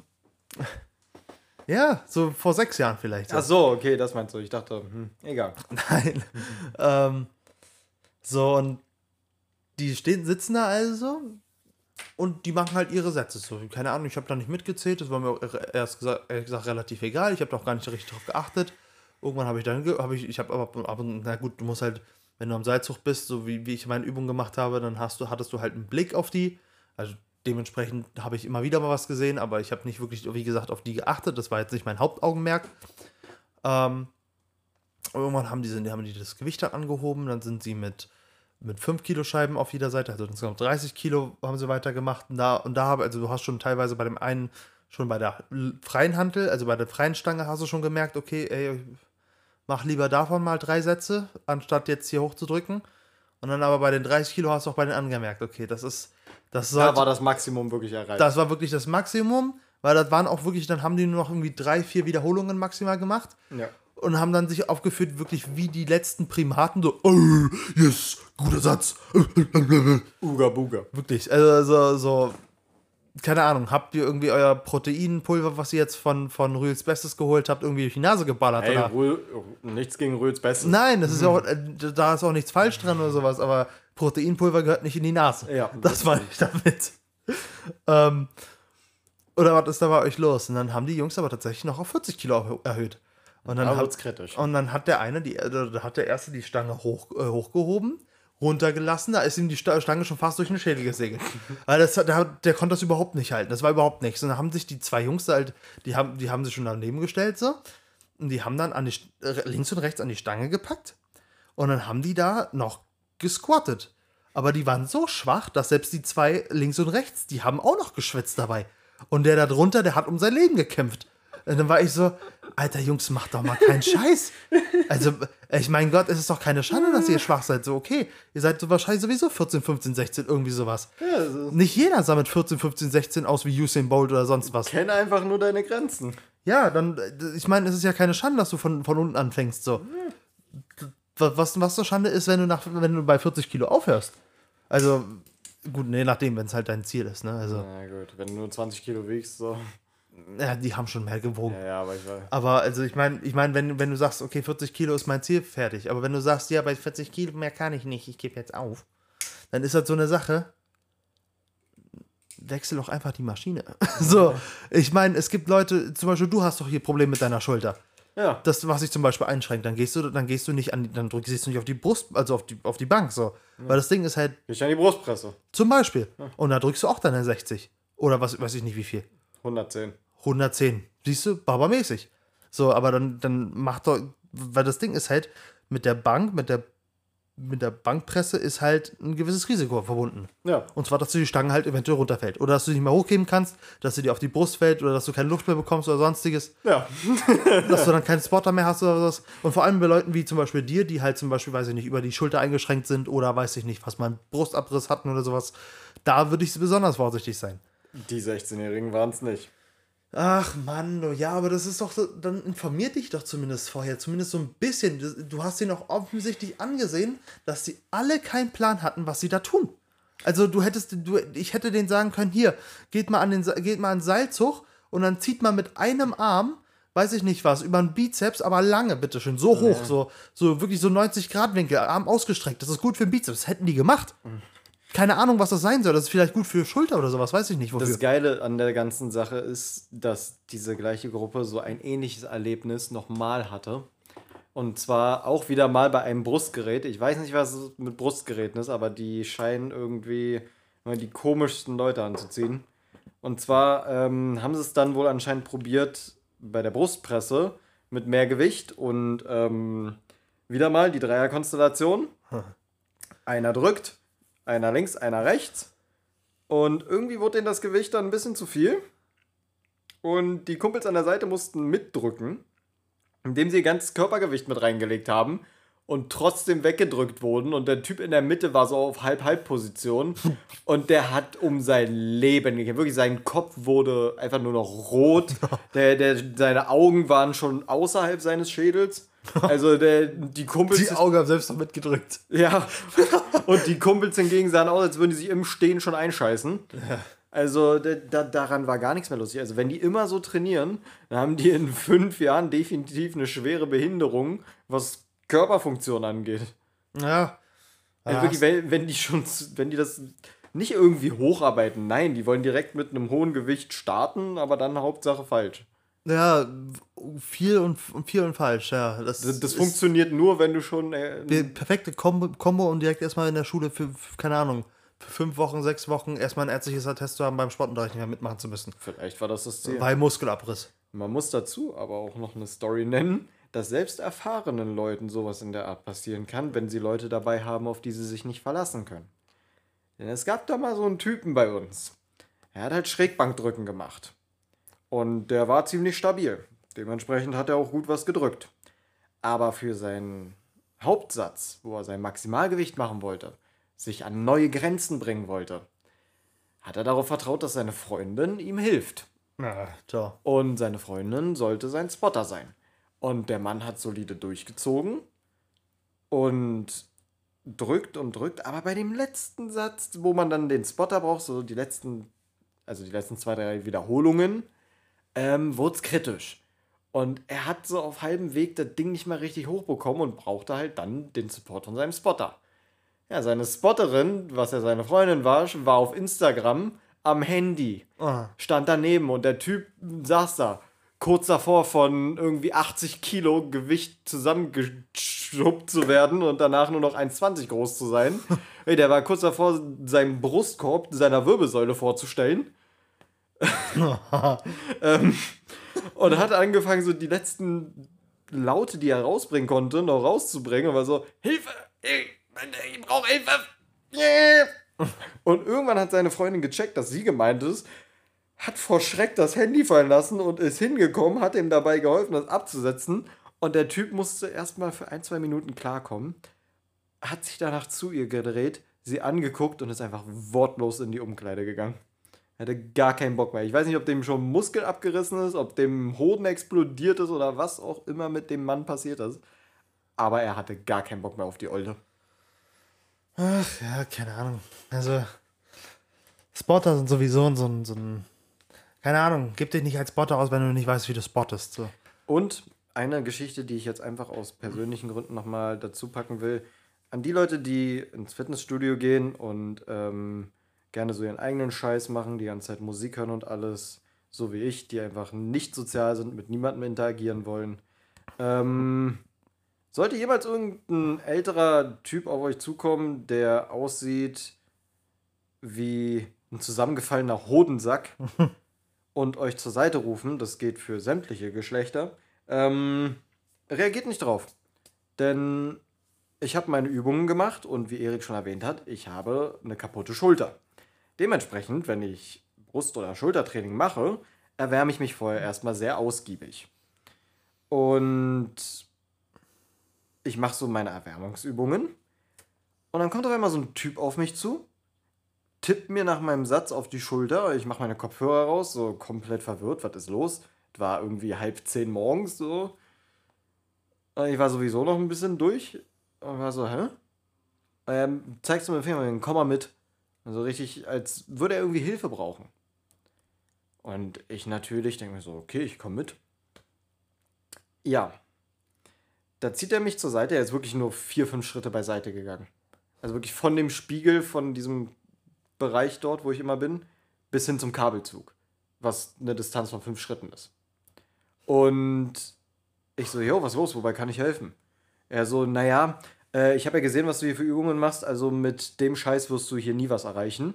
ja, so vor sechs Jahren vielleicht. Ach so, okay, das meinst du. Ich dachte, hm, egal. Nein. ähm, so, und die stehen, sitzen da also und die machen halt ihre Sätze. So, keine Ahnung, ich habe da nicht mitgezählt. Das war mir erst gesagt, ehrlich gesagt relativ egal. Ich habe doch gar nicht richtig drauf geachtet. Irgendwann habe ich dann, habe ich, ich habe aber, aber, na gut, du musst halt, wenn du am Seilzug bist, so wie, wie ich meine Übungen gemacht habe, dann hast du, hattest du halt einen Blick auf die. Also dementsprechend habe ich immer wieder mal was gesehen, aber ich habe nicht wirklich, wie gesagt, auf die geachtet. Das war jetzt nicht mein Hauptaugenmerk. Ähm, irgendwann haben die, haben die das Gewicht dann angehoben, dann sind sie mit, mit fünf Kilo Scheiben auf jeder Seite, also insgesamt dreißig Kilo haben sie weitergemacht. Und da, und da habe, also du hast schon teilweise bei dem einen, schon bei der freien Hantel, also bei der freien Stange hast du schon gemerkt, okay, ey, mach lieber davon mal drei Sätze, anstatt jetzt hier hochzudrücken. Und dann aber bei den dreißig Kilo hast du auch bei den anderen gemerkt, okay, das ist, das Da war das Maximum wirklich erreicht. Das war wirklich das Maximum, weil das waren auch wirklich, dann haben die nur noch irgendwie drei, vier Wiederholungen maximal gemacht. Ja. Und haben dann sich aufgeführt, wirklich wie die letzten Primaten, so, oh, yes, guter Satz. Uga Buga. Wirklich, also so, so, keine Ahnung, habt ihr irgendwie euer Proteinpulver, was ihr jetzt von, von Rühls Bestes geholt habt, irgendwie durch die Nase geballert? Hey, oder? Rühl, nichts gegen Rühls Bestes. Nein, das ist ja auch, da ist auch nichts falsch dran oder sowas, aber Proteinpulver gehört nicht in die Nase. Ja, das meine ich damit. ähm, oder was ist da bei euch los? Und dann haben die Jungs aber tatsächlich noch auf vierzig Kilo erhöht. Und dann, da hat, wird's kritisch. und dann hat der eine, die, da hat der erste die Stange hoch, äh, hochgehoben, runtergelassen, da ist ihm die Stange schon fast durch den Schädel gesegelt. Weil das, der, der konnte das überhaupt nicht halten, das war überhaupt nichts. Und dann haben sich die zwei Jungs halt, die haben, die haben sich schon daneben gestellt so, und die haben dann an die, links und rechts an die Stange gepackt und dann haben die da noch gesquattet. Aber die waren so schwach, dass selbst die zwei links und rechts, die haben auch noch geschwitzt dabei. Und der da drunter, der hat um sein Leben gekämpft. Und dann war ich so, Alter Jungs, macht doch mal keinen Scheiß. Also, ich mein Gott, es ist doch keine Schande, dass ihr schwach seid. So, okay, ihr seid so wahrscheinlich sowieso vierzehn, fünfzehn, sechzehn, irgendwie sowas. Ja, also Nicht jeder sah mit vierzehn, fünfzehn, sechzehn aus wie Usain Bolt oder sonst was. kenn einfach nur deine Grenzen. Ja, dann, ich meine, es ist ja keine Schande, dass du von, von unten anfängst. So. Was, was so Schande ist, wenn du, nach, wenn du bei vierzig Kilo aufhörst. Also, gut, je nachdem, wenn es halt dein Ziel ist. Ne? Also, Na gut, wenn du nur zwanzig Kilo wiegst, so. ja, die haben schon mehr gewogen. Ja, ja, aber ich weiß. Aber also ich meine, ich mein, wenn, wenn du sagst, okay, vierzig Kilo ist mein Ziel, fertig. Aber wenn du sagst, ja, bei vierzig Kilo mehr kann ich nicht, ich gebe jetzt auf, dann ist das so eine Sache, wechsel doch einfach die Maschine. So, ich meine, es gibt Leute, zum Beispiel du hast doch hier Probleme mit deiner Schulter. Ja. Das, was sich zum Beispiel einschränkt, dann gehst du, dann gehst du nicht an, dann drückst du nicht auf die Brust, also auf die, auf die Bank, so. Ja. Weil das Ding ist halt. Geh ich an die Brustpresse. Zum Beispiel. Ja. Und da drückst du auch deine sechzig. Oder was, weiß ich nicht wie viel. hundertzehn. hundertzehn. Siehst du, barbermäßig. So, aber dann, dann macht doch, weil das Ding ist halt, mit der Bank, mit der, mit der Bankpresse ist halt ein gewisses Risiko verbunden. Ja. Und zwar, dass du die Stange halt eventuell runterfällt. Oder dass du nicht mehr hochheben kannst, dass sie dir auf die Brust fällt oder dass du keine Luft mehr bekommst oder sonstiges. Ja. Dass du dann keinen Spotter mehr hast oder sowas. Und vor allem bei Leuten wie zum Beispiel dir, die halt zum Beispiel, weiß ich nicht, über die Schulter eingeschränkt sind oder weiß ich nicht, was mal einen Brustabriss hatten oder sowas. Da würde ich besonders vorsichtig sein. Die sechzehnjährigen waren es nicht. Ach Mann, oh ja, aber das ist doch so, dann informier dich doch zumindest vorher, zumindest so ein bisschen. Du hast ihnen auch offensichtlich angesehen, dass sie alle keinen Plan hatten, was sie da tun. Also du hättest, du, ich hätte denen sagen können, hier, geht mal an den, geht mal an den Seilzug und dann zieht man mit einem Arm, weiß ich nicht was, über den Bizeps, aber lange, bitteschön, so hoch, ja. so, so wirklich so neunzig Grad Winkel, Arm ausgestreckt, das ist gut für den Bizeps, das hätten die gemacht. Mhm. Keine Ahnung, was das sein soll. Das ist vielleicht gut für Schulter oder sowas, weiß ich nicht. Wofür. Das Geile an der ganzen Sache ist, dass diese gleiche Gruppe so ein ähnliches Erlebnis nochmal hatte. Und zwar auch wieder mal bei einem Brustgerät. Ich weiß nicht, was es mit Brustgeräten ist, aber die scheinen irgendwie immer die komischsten Leute anzuziehen. Und zwar ähm, haben sie es dann wohl anscheinend probiert bei der Brustpresse mit mehr Gewicht und ähm, wieder mal die Dreierkonstellation. Hm. Einer drückt. Einer links, einer rechts. Und irgendwie wurde denen das Gewicht dann ein bisschen zu viel. Und die Kumpels an der Seite mussten mitdrücken, indem sie ihr ganzes Körpergewicht mit reingelegt haben. und trotzdem weggedrückt wurden. Und der Typ in der Mitte war so auf Halb-Halb-Position. Und der hat um sein Leben gekämpft. Wirklich, sein Kopf wurde einfach nur noch rot. Der, der, seine Augen waren schon außerhalb seines Schädels. Also der, die Kumpels... Die Augen haben selbst noch mitgedrückt. Ja, und die Kumpels hingegen sahen aus, als würden die sich im Stehen schon einscheißen. Ja. Also da, da, daran war gar nichts mehr lustig. Also wenn die immer so trainieren, dann haben die in fünf Jahren definitiv eine schwere Behinderung, was Körperfunktion angeht. Ja. Also wirklich, wenn, wenn die schon, wenn die das nicht irgendwie hocharbeiten, nein, die wollen direkt mit einem hohen Gewicht starten, aber dann Hauptsache falsch. Ja, viel und, viel und falsch, ja. Das, das, das funktioniert nur, wenn du schon... Äh, die perfekte Kombo, Kombo und direkt erstmal in der Schule für, für, keine Ahnung, für fünf Wochen, sechs Wochen erstmal ein ärztliches Attest zu haben, beim Sportunterricht nicht mehr mitmachen zu müssen. Vielleicht war das das Ziel. Bei Muskelabriss. Man muss dazu aber auch noch eine Story nennen, dass selbst erfahrenen Leuten sowas in der Art passieren kann, wenn sie Leute dabei haben, auf die sie sich nicht verlassen können. Denn es gab da mal so einen Typen bei uns. Er hat halt Schrägbankdrücken gemacht. Und der war ziemlich stabil. Dementsprechend hat er auch gut was gedrückt. Aber für seinen Hauptsatz, wo er sein Maximalgewicht machen wollte, sich an neue Grenzen bringen wollte, hat er darauf vertraut, dass seine Freundin ihm hilft. Na, ciao. Und seine Freundin sollte sein Spotter sein. Und der Mann hat solide durchgezogen und drückt und drückt. Aber bei dem letzten Satz, wo man dann den Spotter braucht, so die letzten, also die letzten zwei, drei Wiederholungen, ähm, wurde es kritisch. Und er hat so auf halbem Weg das Ding nicht mal richtig hochbekommen und brauchte halt dann den Support von seinem Spotter. Ja, seine Spotterin, was ja seine Freundin war, war auf Instagram am Handy. Oh. Stand daneben und der Typ saß da, kurz davor von irgendwie achtzig Kilo Gewicht zusammengeschubbt zu werden und danach nur noch eins Komma zwanzig groß zu sein. Der war kurz davor, seinen Brustkorb seiner Wirbelsäule vorzustellen. ähm, und hat angefangen, so die letzten Laute, die er rausbringen konnte, noch rauszubringen. Und war so, Hilfe! Ich, ich brauche Hilfe! Yeah! Und irgendwann hat seine Freundin gecheckt, dass sie gemeint ist, hat vor Schreck das Handy fallen lassen und ist hingekommen, hat ihm dabei geholfen, das abzusetzen. Und der Typ musste erstmal für ein, zwei Minuten klarkommen, hat sich danach zu ihr gedreht, sie angeguckt und ist einfach wortlos in die Umkleide gegangen. Er hatte gar keinen Bock mehr. Ich weiß nicht, ob dem schon Muskel abgerissen ist, ob dem Hoden explodiert ist oder was auch immer mit dem Mann passiert ist. Aber er hatte gar keinen Bock mehr auf die Olde. Ach ja, keine Ahnung. Also, Spotter sind sowieso so ein, so ein keine Ahnung, gib dich nicht als Spotter aus, wenn du nicht weißt, wie du spottest. So. Und eine Geschichte, die ich jetzt einfach aus persönlichen Gründen nochmal dazu packen will, an die Leute, die ins Fitnessstudio gehen und ähm, gerne so ihren eigenen Scheiß machen, die ganze Zeit Musik hören und alles, so wie ich, die einfach nicht sozial sind, mit niemandem interagieren wollen. Ähm, sollte jemals irgendein älterer Typ auf euch zukommen, der aussieht wie ein zusammengefallener Hodensack und euch zur Seite rufen, das geht für sämtliche Geschlechter, ähm, reagiert nicht drauf. Denn ich habe meine Übungen gemacht und wie Erik schon erwähnt hat, ich habe eine kaputte Schulter. Dementsprechend, wenn ich Brust- oder Schultertraining mache, erwärme ich mich vorher erstmal sehr ausgiebig. Und ich mache so meine Erwärmungsübungen. Und dann kommt auf einmal so ein Typ auf mich zu, tippt mir nach meinem Satz auf die Schulter. Ich mache meine Kopfhörer raus, so komplett verwirrt. Was ist los? Es war irgendwie halb zehn morgens so. Und ich war sowieso noch ein bisschen durch. Und war so, hä? Ähm, zeigst du mir den Finger, komm mal mit. Also richtig, als würde er irgendwie Hilfe brauchen. Und ich natürlich denke mir so, okay, ich komme mit. Ja. Da zieht er mich zur Seite. Er ist wirklich nur vier, fünf Schritte beiseite gegangen. Also wirklich von dem Spiegel, von diesem Bereich dort, wo ich immer bin, bis hin zum Kabelzug. Was eine Distanz von fünf Schritten ist. Und ich so, jo, was ist los? Wobei kann ich helfen? Er so, naja, äh, ich habe ja gesehen, was du hier für Übungen machst, also mit dem Scheiß wirst du hier nie was erreichen.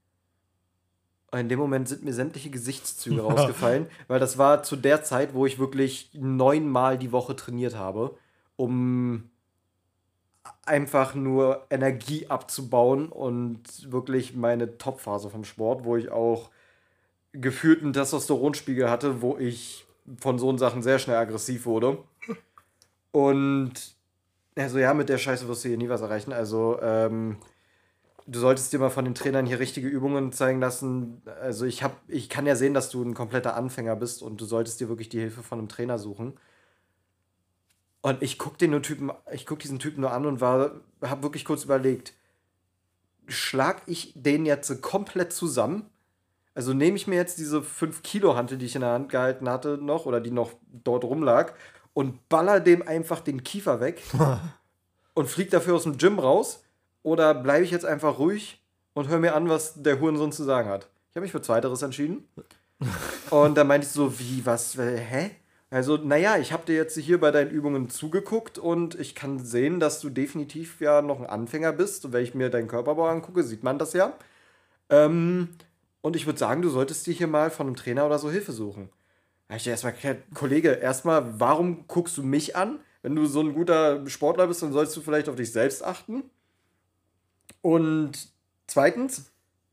Und in dem Moment sind mir sämtliche Gesichtszüge rausgefallen, weil das war zu der Zeit, wo ich wirklich neunmal die Woche trainiert habe, um einfach nur Energie abzubauen und wirklich meine Topphase vom Sport, wo ich auch gefühlt einen Testosteronspiegel hatte, wo ich von so Sachen sehr schnell aggressiv wurde. Und Also ja, mit der Scheiße wirst du hier nie was erreichen. Also, ähm, du solltest dir mal von den Trainern hier richtige Übungen zeigen lassen. Also ich hab, ich kann ja sehen, dass du ein kompletter Anfänger bist und du solltest dir wirklich die Hilfe von einem Trainer suchen. Und ich guck den nur Typen, ich guck diesen Typen nur an und war, hab wirklich kurz überlegt, schlag ich den jetzt so komplett zusammen? Also nehme ich mir jetzt diese fünf Kilo Hantel, die ich in der Hand gehalten hatte noch oder die noch dort rumlag und baller dem einfach den Kiefer weg und flieg dafür aus dem Gym raus? Oder bleibe ich jetzt einfach ruhig und höre mir an, was der Hurensohn zu sagen hat? Ich habe mich für Zweiteres entschieden. Und dann meinte ich so, wie, was, äh, hä? Also, naja, ich habe dir jetzt hier bei deinen Übungen zugeguckt und ich kann sehen, dass du definitiv ja noch ein Anfänger bist. Und wenn ich mir deinen Körperbau angucke, sieht man das ja. Ähm, und ich würde sagen, du solltest dir hier mal von einem Trainer oder so Hilfe suchen. Da hab ich dir erstmal erklärt, Kollege, erstmal, warum guckst du mich an? Wenn du so ein guter Sportler bist, dann sollst du vielleicht auf dich selbst achten. Und zweitens,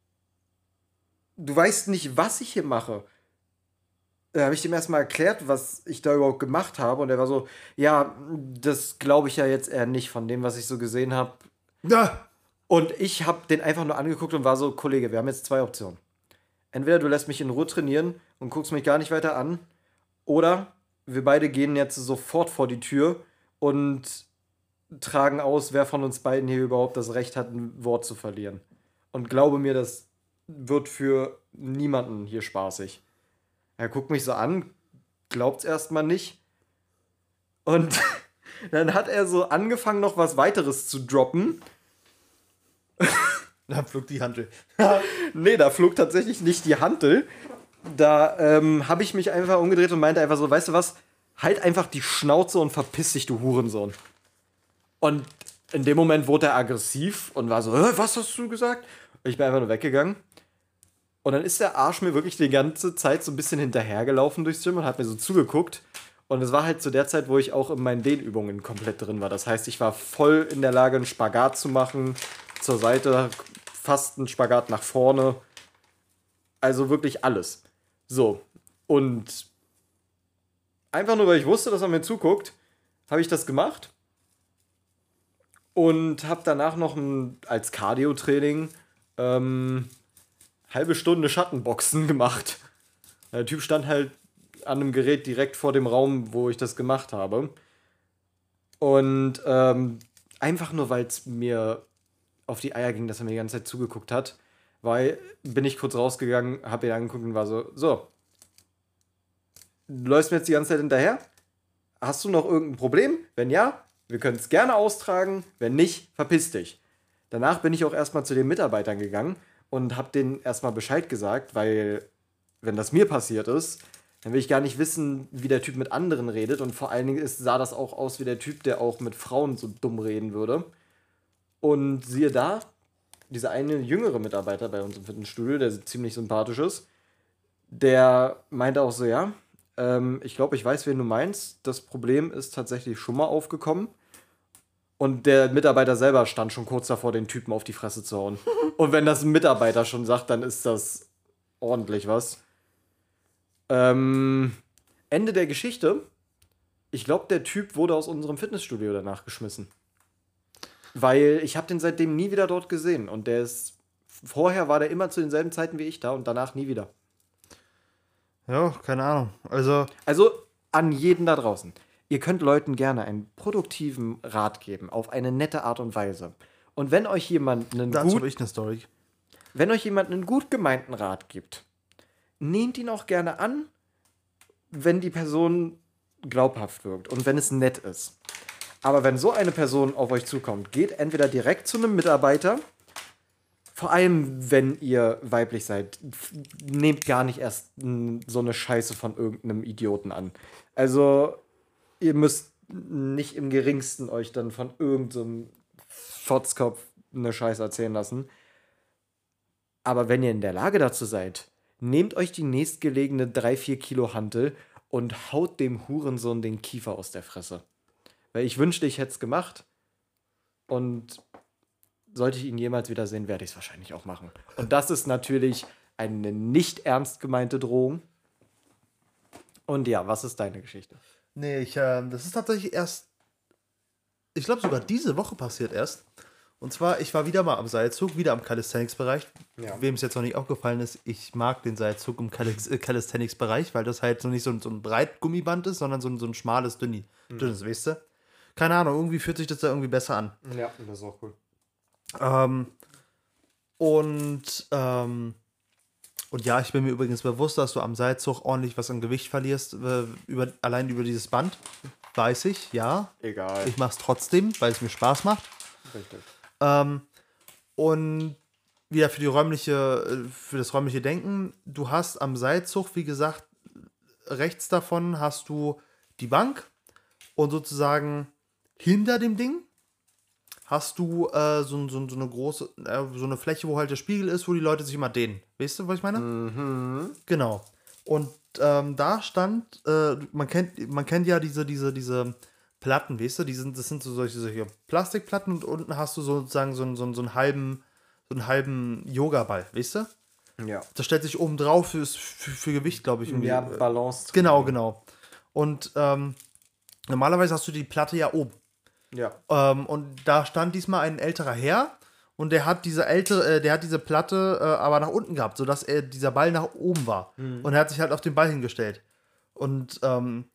du weißt nicht, was ich hier mache. Da habe ich dem erstmal erklärt, was ich da überhaupt gemacht habe. Und er war so, ja, das glaube ich ja jetzt eher nicht von dem, was ich so gesehen habe. Ja. Und ich habe den einfach nur angeguckt und war so, Kollege, wir haben jetzt zwei Optionen. Entweder du lässt mich in Ruhe trainieren und guckst mich gar nicht weiter an. Oder wir beide gehen jetzt sofort vor die Tür und tragen aus, wer von uns beiden hier überhaupt das Recht hat, ein Wort zu verlieren. Und glaube mir, das wird für niemanden hier spaßig. Er guckt mich so an, glaubt's erstmal nicht. Und dann hat er so angefangen, noch was weiteres zu droppen. Da flog die Hantel. Nee, da flog tatsächlich nicht die Hantel. Da ähm, habe ich mich einfach umgedreht und meinte einfach so, weißt du was, halt einfach die Schnauze und verpiss dich, du Hurensohn. Und in dem Moment wurde er aggressiv und war so, "Hä, was hast du gesagt?" Ich bin einfach nur weggegangen. Und dann ist der Arsch mir wirklich die ganze Zeit so ein bisschen hinterhergelaufen durchs Gym und hat mir so zugeguckt. Und es war halt zu der Zeit, wo ich auch in meinen Dehnübungen komplett drin war. Das heißt, ich war voll in der Lage, einen Spagat zu machen, zur Seite, fast einen Spagat nach vorne. Also wirklich alles. So. Und einfach nur, weil ich wusste, dass er mir zuguckt, habe ich das gemacht. Und habe danach noch ein, als Cardio-Training ähm, halbe Stunde Schattenboxen gemacht. Der Typ stand halt an einem Gerät direkt vor dem Raum, wo ich das gemacht habe. Und ähm, einfach nur, weil es mir auf die Eier ging, dass er mir die ganze Zeit zugeguckt hat, weil bin ich kurz rausgegangen, habe ihn angeguckt und war so, so, du läufst mir jetzt die ganze Zeit hinterher? Hast du noch irgendein Problem? Wenn ja, wir können es gerne austragen. Wenn nicht, verpiss dich. Danach bin ich auch erstmal zu den Mitarbeitern gegangen und habe denen erstmal Bescheid gesagt, weil, wenn das mir passiert ist, dann will ich gar nicht wissen, wie der Typ mit anderen redet. Und vor allen Dingen ist, sah das auch aus wie der Typ, der auch mit Frauen so dumm reden würde. Und siehe da, dieser eine jüngere Mitarbeiter bei uns im Fitnessstudio, der ziemlich sympathisch ist, der meinte auch so, ja, ähm, ich glaube, ich weiß, wen du meinst. Das Problem ist tatsächlich schon mal aufgekommen. Und der Mitarbeiter selber stand schon kurz davor, den Typen auf die Fresse zu hauen. Und wenn das ein Mitarbeiter schon sagt, dann ist das ordentlich was. Ähm, Ende der Geschichte. Ich glaube, der Typ wurde aus unserem Fitnessstudio danach geschmissen. Weil ich habe den seitdem nie wieder dort gesehen. Und der ist, vorher war der immer zu denselben Zeiten wie ich da und danach nie wieder. Ja, keine Ahnung. Also, Also an jeden da draußen. Ihr könnt Leuten gerne einen produktiven Rat geben, auf eine nette Art und Weise. Und wenn euch jemand einen dazu gut, habe ich eine Story. wenn euch jemand einen gut gemeinten Rat gibt, nehmt ihn auch gerne an, wenn die Person glaubhaft wirkt und wenn es nett ist. Aber wenn so eine Person auf euch zukommt, geht entweder direkt zu einem Mitarbeiter, vor allem wenn ihr weiblich seid, f- nehmt gar nicht erst n, so eine Scheiße von irgendeinem Idioten an. Also, ihr müsst nicht im geringsten euch dann von irgendeinem Fotzkopf eine Scheiße erzählen lassen. Aber wenn ihr in der Lage dazu seid, nehmt euch die nächstgelegene drei vier Kilo Hantel und haut dem Hurensohn den Kiefer aus der Fresse. Weil ich wünschte, ich hätte es gemacht. Und sollte ich ihn jemals wiedersehen, werde ich es wahrscheinlich auch machen. Und das ist natürlich eine nicht ernst gemeinte Drohung. Und ja, was ist deine Geschichte? Nee, ich, ähm, das ist tatsächlich erst ich glaube sogar diese Woche passiert erst. Und zwar, ich war wieder mal am Seilzug, wieder am Calisthenics-Bereich. Ja. Wem es jetzt noch nicht aufgefallen ist, ich mag den Seilzug im Calis- äh, Calisthenics-Bereich, weil das halt so nicht so ein, so ein breit Gummiband ist, sondern so ein, so ein schmales, dünni, Mhm. dünnes, weißt du? Keine Ahnung, irgendwie fühlt sich das da irgendwie besser an. Ja, das ist auch cool. Ähm, und, ähm, und ja, ich bin mir übrigens bewusst, dass du am Seilzug ordentlich was an Gewicht verlierst, äh, über, allein über dieses Band. Weiß ich, ja. Egal. Ich mach's trotzdem, weil es mir Spaß macht. Richtig. Ähm, und wieder für die räumliche, für das räumliche Denken, du hast am Seilzug, wie gesagt, rechts davon hast du die Bank und sozusagen hinter dem Ding hast du äh, so, so, so eine große, äh, so eine Fläche, wo halt der Spiegel ist, wo die Leute sich immer dehnen. Weißt du, was ich meine? Mhm. Genau. Und ähm, da stand, äh, man kennt, man kennt ja diese, diese, diese Platten, weißt du, die sind, das sind so solche, solche Plastikplatten und unten hast du sozusagen so, einen- so, einen- so einen halben, so einen halben Yoga-Ball, weißt du? Ja. Das stellt sich oben drauf für, für, für Gewicht, glaube ich. irgendwie. Ja, Balance. Genau, genau. Und ähm, normalerweise hast du die Platte ja oben. Ja. Ähm, und da stand diesmal ein älterer Herr und der hat diese ältere, äh, der hat diese Platte äh, aber nach unten gehabt, sodass er, dieser Ball nach oben war. Mhm. Und er hat sich halt auf den Ball hingestellt. Und ähm,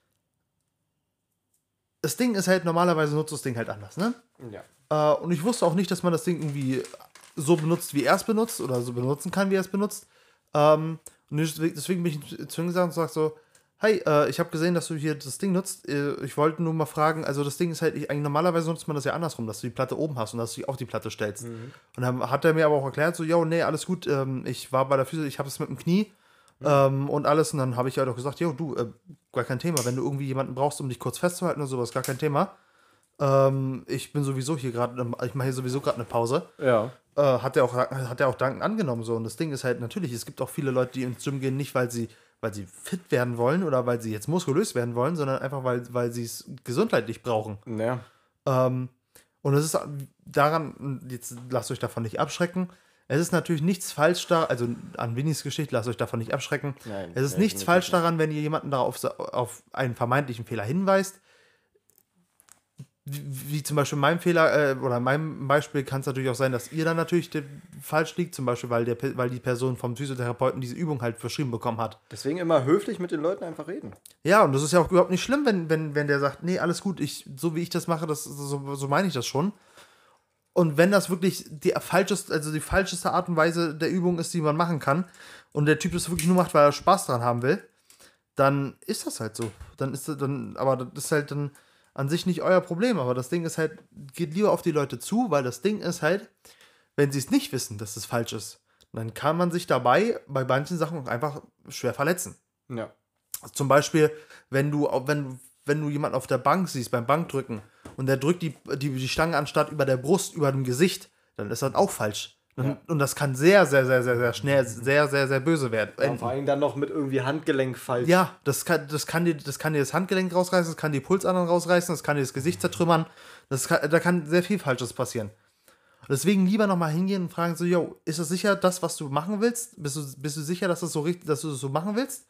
das Ding ist halt, normalerweise nutzt das Ding halt anders, ne? Ja. Äh, und ich wusste auch nicht, dass man das Ding irgendwie so benutzt, wie er es benutzt, oder so benutzen kann, wie er es benutzt. Ähm, und deswegen deswegen bin ich zu ihm gesagt und sag so, hey, äh, ich habe gesehen, dass du hier das Ding nutzt. Äh, ich wollte nur mal fragen, also das Ding ist halt, ich, eigentlich normalerweise nutzt man das ja andersrum, dass du die Platte oben hast und dass du die auf die Platte stellst. Mhm. Und dann hat er mir aber auch erklärt, so, jo, nee, alles gut, ähm, ich war bei der Physio, ich habe es mit dem Knie ähm, und alles. Und dann habe ich halt auch gesagt, jo, du, äh, gar kein Thema. Wenn du irgendwie jemanden brauchst, um dich kurz festzuhalten oder sowas, gar kein Thema. Ähm, ich bin sowieso hier gerade, ich mache hier sowieso gerade eine Pause. Ja. Äh, hat er auch, hat er auch dankend angenommen. So. Und das Ding ist halt natürlich, es gibt auch viele Leute, die ins Gym gehen, nicht weil sie, weil sie fit werden wollen oder weil sie jetzt muskulös werden wollen, sondern einfach, weil, weil sie es gesundheitlich brauchen. Ja. Ähm, und es ist daran, jetzt lasst euch davon nicht abschrecken. Es ist natürlich nichts falsch da, also an Winnies Geschichte, lasst euch davon nicht abschrecken. Nein, es ist nee, nichts nicht falsch wirklich. daran, wenn ihr jemanden darauf auf einen vermeintlichen Fehler hinweist. Wie, wie zum Beispiel mein Fehler, äh, oder in meinem Beispiel kann es natürlich auch sein, dass ihr dann natürlich de- falsch liegt, zum Beispiel, weil, der, Pe- weil die Person vom Physiotherapeuten diese Übung halt verschrieben bekommen hat. Deswegen immer höflich mit den Leuten einfach reden. Ja, und das ist ja auch überhaupt nicht schlimm, wenn, wenn, wenn der sagt, nee, alles gut, ich, so wie ich das mache, das, so, so meine ich das schon. Und wenn das wirklich die falscheste, also die falscheste Art und Weise der Übung ist, die man machen kann, und der Typ das wirklich nur macht, weil er Spaß dran haben will, dann ist das halt so. Dann ist das dann, aber das ist halt dann an sich nicht euer Problem. Aber das Ding ist halt, geht lieber auf die Leute zu, weil das Ding ist halt, wenn sie es nicht wissen, dass es falsch ist, dann kann man sich dabei bei manchen Sachen auch einfach schwer verletzen. Ja. Zum Beispiel, wenn du, wenn, wenn du jemanden auf der Bank siehst, beim Bankdrücken, und der drückt die, die, die Stange anstatt über der Brust, über dem Gesicht, dann ist das auch falsch. Und, Ja. und das kann sehr, sehr, sehr, sehr, sehr schnell, sehr, sehr, sehr böse werden. Ja, vor allem dann noch mit irgendwie Handgelenk falsch. Ja, das kann, das, kann dir, das kann dir das Handgelenk rausreißen, das kann die Pulsadern rausreißen, das kann dir das Gesicht zertrümmern. Das kann, da kann sehr viel Falsches passieren. Deswegen lieber nochmal hingehen und fragen so, yo, ist das sicher das, was du machen willst? Bist du, bist du sicher, dass, das so richtig, dass du das so machen willst?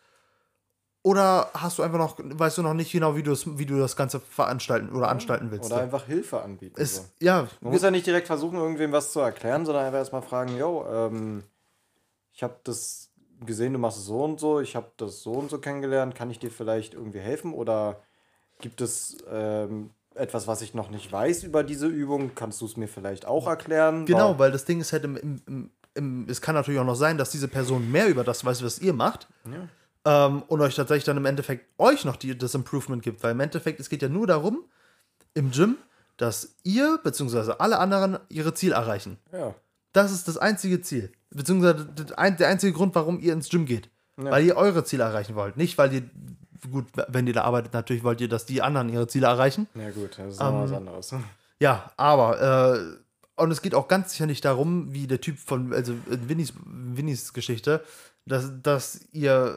Oder hast du einfach noch, weißt du noch nicht genau, wie du das, wie du das Ganze veranstalten oder anstalten willst? Oder einfach Hilfe anbieten. es, so. ja, Man muss ja nicht direkt versuchen, irgendwem was zu erklären, sondern einfach erstmal fragen, yo, ähm, ich habe das gesehen, du machst es so und so, ich habe das so und so kennengelernt, kann ich dir vielleicht irgendwie helfen? Oder gibt es ähm, etwas, was ich noch nicht weiß über diese Übung? Kannst du es mir vielleicht auch erklären? genau, weil das Ding ist halt, im, im, im, im, es kann natürlich auch noch sein, dass diese Person mehr über das weiß, was ihr macht. Ja. Ähm, und euch tatsächlich dann im Endeffekt euch noch die, das Improvement gibt. Weil im Endeffekt, es geht ja nur darum, im Gym, dass ihr, beziehungsweise alle anderen, ihre Ziel erreichen. Ja. Das ist das einzige Ziel. Beziehungsweise der einzige Grund, warum ihr ins Gym geht. Ja. Weil ihr eure Ziele erreichen wollt. Nicht, weil ihr, gut, wenn ihr da arbeitet, natürlich wollt ihr, dass die anderen ihre Ziele erreichen. Ja gut, das ist noch Ähm, was anderes. Ja, aber, äh, und es geht auch ganz sicher nicht darum, wie der Typ von, also in Winnies, Winnies Geschichte, dass, dass ihr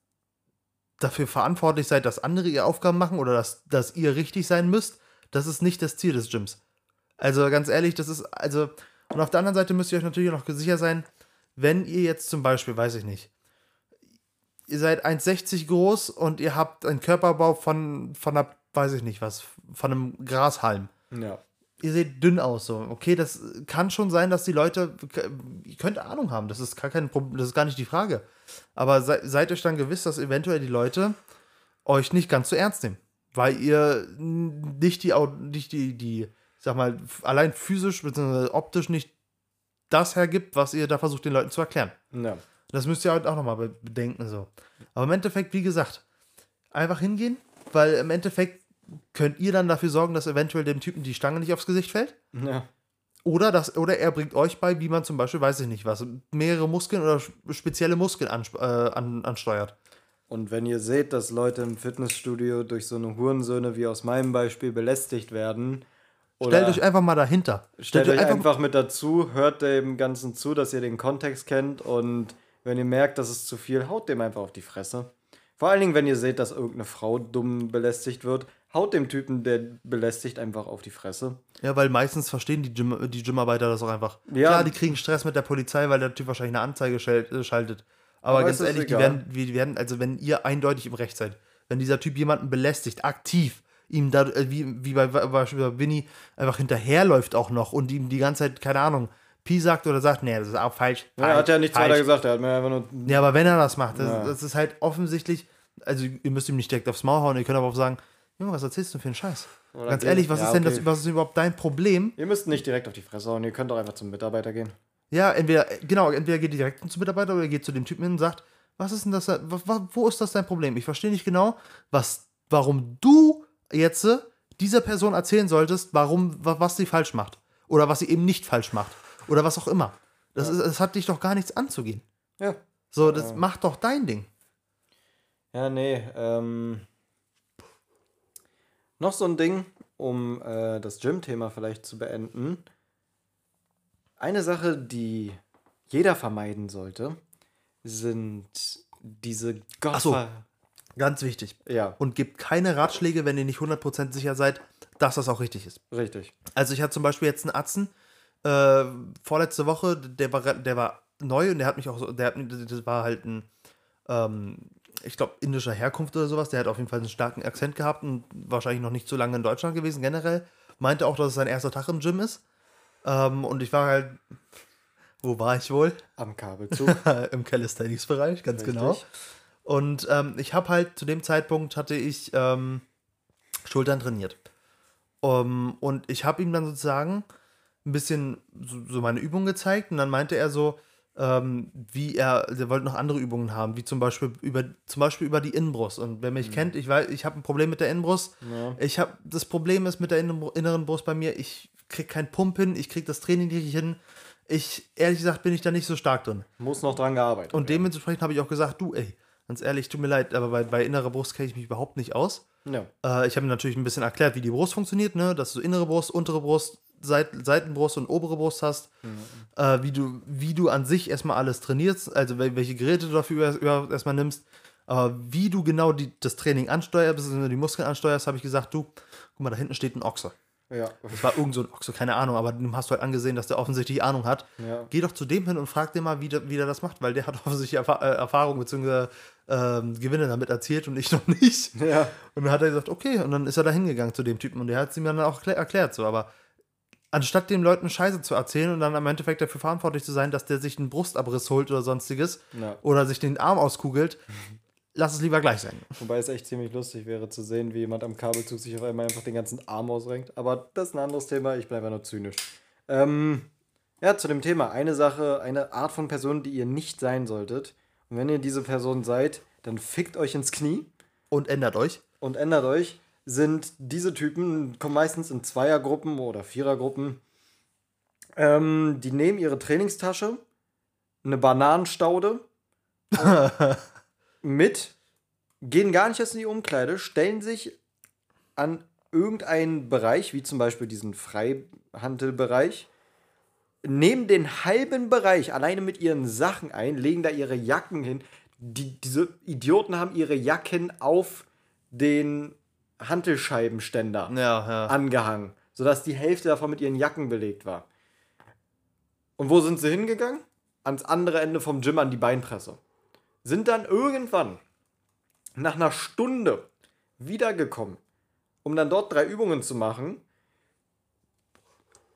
dafür verantwortlich seid, dass andere ihre Aufgaben machen oder dass, dass ihr richtig sein müsst. Das ist nicht das Ziel des Gyms. Also ganz ehrlich, das ist, also, und auf der anderen Seite müsst ihr euch natürlich noch sicher sein, wenn ihr jetzt zum Beispiel, weiß ich nicht, ihr seid eins sechzig groß und ihr habt einen Körperbau von, von einer, weiß ich nicht was, von einem Grashalm. Ja. Ihr seht dünn aus, so. Okay, das kann schon sein, dass die Leute, ihr könnt Ahnung haben, das ist gar kein Problem, das ist gar nicht die Frage. Aber se, seid euch dann gewiss, dass eventuell die Leute euch nicht ganz so ernst nehmen. Weil ihr nicht die, nicht die, die, ich sag mal, allein physisch bzw. optisch nicht das hergibt, was ihr da versucht, den Leuten zu erklären. Ja. Das müsst ihr halt auch nochmal bedenken, so. Aber im Endeffekt, wie gesagt, einfach hingehen, weil im Endeffekt könnt ihr dann dafür sorgen, dass eventuell dem Typen die Stange nicht aufs Gesicht fällt. Ja. Oder, das, oder er bringt euch bei, wie man zum Beispiel, weiß ich nicht was, mehrere Muskeln oder spezielle Muskeln an, äh, an, ansteuert. Und wenn ihr seht, dass Leute im Fitnessstudio durch so eine Hurensöhne wie aus meinem Beispiel belästigt werden, oder stellt euch einfach mal dahinter. Stellt, stellt euch einfach, einfach mit dazu, hört dem Ganzen zu, dass ihr den Kontext kennt, und wenn ihr merkt, dass es zu viel, haut dem einfach auf die Fresse. Vor allen Dingen, wenn ihr seht, dass irgendeine Frau dumm belästigt wird, haut dem Typen, der belästigt, einfach auf die Fresse. Ja, weil meistens verstehen die, Gym, die Gymarbeiter das auch einfach. Ja. Klar, die kriegen Stress mit der Polizei, weil der Typ wahrscheinlich eine Anzeige schaltet. Aber, Aber ganz ehrlich, die werden, die werden, also wenn ihr eindeutig im Recht seid, wenn dieser Typ jemanden belästigt, aktiv, ihm da, wie, wie bei beispielsweise Winnie, einfach hinterherläuft auch noch und ihm die ganze Zeit, keine Ahnung, Pi sagt oder sagt, nee, das ist auch falsch. Ja, er hat ja nichts weiter gesagt, er hat mir einfach nur... Ja, aber wenn er das macht, das, ja. das ist halt offensichtlich, also ihr müsst ihm nicht direkt aufs Maul hauen, ihr könnt aber auch sagen, Junge, was erzählst du für einen Scheiß? Oder Ganz ehrlich, was ja, ist denn okay. das, was ist überhaupt dein Problem? Ihr müsst nicht direkt auf die Fresse hauen, ihr könnt auch einfach zum Mitarbeiter gehen. Ja, entweder, genau, entweder geht ihr direkt zum Mitarbeiter oder ihr geht zu dem Typen hin und sagt, was ist denn das, wo ist das dein Problem? Ich verstehe nicht genau, was, warum du jetzt dieser Person erzählen solltest, warum, was sie falsch macht. Oder was sie eben nicht falsch macht. Oder was auch immer. Das, ja. ist, das hat dich doch gar nichts anzugehen. Ja. So, das ja. macht doch dein Ding. Ja, nee, ähm... noch so ein Ding, um äh, das Gym-Thema vielleicht zu beenden. Eine Sache, die jeder vermeiden sollte, sind diese Gott. Ach so, ganz wichtig. Ja. Und gebt keine Ratschläge, wenn ihr nicht hundert Prozent sicher seid, dass das auch richtig ist. Richtig. Also ich hatte zum Beispiel jetzt einen Atzen, äh, vorletzte Woche, der war, der war neu und der hat mich auch so, der hat, das war halt ein, ähm, ich glaube, indischer Herkunft oder sowas, der hat auf jeden Fall einen starken Akzent gehabt und wahrscheinlich noch nicht so lange in Deutschland gewesen generell. Meinte auch, dass es sein erster Tag im Gym ist. Ähm, und ich war halt, wo war ich wohl? Am Kabelzug. Im Calisthenics-Bereich, ganz Richtig. genau. Und ähm, ich habe halt, zu dem Zeitpunkt hatte ich ähm, Schultern trainiert. Um, und ich habe ihm dann sozusagen ein bisschen so, so meine Übungen gezeigt und dann meinte er so, ähm, wie er, er wollte noch andere Übungen haben, wie zum Beispiel über, zum Beispiel über die Innenbrust. Und wer mich mhm. kennt, ich weiß, ich habe ein Problem mit der Innenbrust. Ja. Ich habe, das Problem ist mit der inneren Brust bei mir, ich kriege keinen Pump hin, ich kriege das Training nicht hin. Ich, ehrlich gesagt, bin ich da nicht so stark drin. Muss noch dran gearbeitet Und werden. Dementsprechend habe ich auch gesagt, du, ey, ganz ehrlich, tut mir leid, aber bei, bei innerer Brust kenne ich mich überhaupt nicht aus. Ja. Äh, ich habe ihm natürlich ein bisschen erklärt, wie die Brust funktioniert, ne? Dass du innere Brust, untere Brust, Seit, Seitenbrust und obere Brust hast, mhm. äh, wie, du, wie du an sich erstmal alles trainierst, also welche Geräte du dafür über, erstmal nimmst, äh, wie du genau die, das Training ansteuerst, beziehungsweise die Muskeln ansteuerst, habe ich gesagt, du, guck mal, da hinten steht ein Ochse. Ja. Das war irgend so ein Ochse, keine Ahnung, aber dem hast du halt angesehen, dass der offensichtlich Ahnung hat. Ja. Geh doch zu dem hin und frag den mal, wie der, wie der das macht, weil der hat offensichtlich Erfa- äh, Erfahrung bzw. Ähm, Gewinne damit erzielt und ich noch nicht. Ja. Und dann hat er gesagt, okay, und dann ist er da hingegangen zu dem Typen und der hat es ihm dann auch erklär- erklärt, so, aber anstatt den Leuten Scheiße zu erzählen und dann am Endeffekt dafür verantwortlich zu sein, dass der sich einen Brustabriss holt oder sonstiges ja. oder sich den Arm auskugelt, lass es lieber gleich sein. Wobei es echt ziemlich lustig wäre zu sehen, wie jemand am Kabelzug sich auf einmal einfach den ganzen Arm ausrenkt. Aber das ist ein anderes Thema, ich bleibe nur zynisch. Ähm, ja, zu dem Thema. Eine Sache, eine Art von Person, die ihr nicht sein solltet. Und wenn ihr diese Person seid, dann fickt euch ins Knie. Und ändert euch. Und ändert euch. Sind diese Typen, kommen meistens in Zweiergruppen oder Vierergruppen. Ähm, die nehmen ihre Trainingstasche, eine Bananenstaude mit, gehen gar nicht erst in die Umkleide, stellen sich an irgendeinen Bereich, wie zum Beispiel diesen Freihandelbereich, nehmen den halben Bereich alleine mit ihren Sachen ein, legen da ihre Jacken hin. Die, diese Idioten haben ihre Jacken auf den Hantelscheibenständer ja, ja. angehangen, sodass die Hälfte davon mit ihren Jacken belegt war. Und wo sind sie hingegangen? Ans andere Ende vom Gym, an die Beinpresse. Sind dann irgendwann nach einer Stunde wiedergekommen, um dann dort drei Übungen zu machen,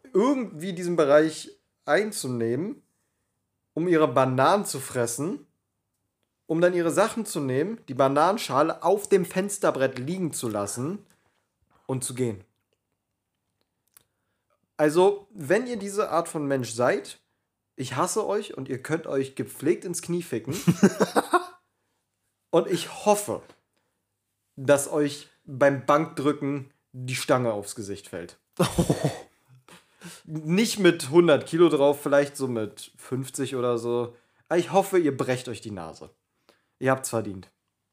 irgendwie diesen Bereich einzunehmen, um ihre Bananen zu fressen, um dann ihre Sachen zu nehmen, die Bananenschale auf dem Fensterbrett liegen zu lassen und zu gehen. Also, wenn ihr diese Art von Mensch seid, ich hasse euch und ihr könnt euch gepflegt ins Knie ficken. Und ich hoffe, dass euch beim Bankdrücken die Stange aufs Gesicht fällt. Nicht mit hundert Kilo drauf, vielleicht so mit fünfzig oder so. Aber ich hoffe, ihr brecht euch die Nase. Ihr habt's verdient.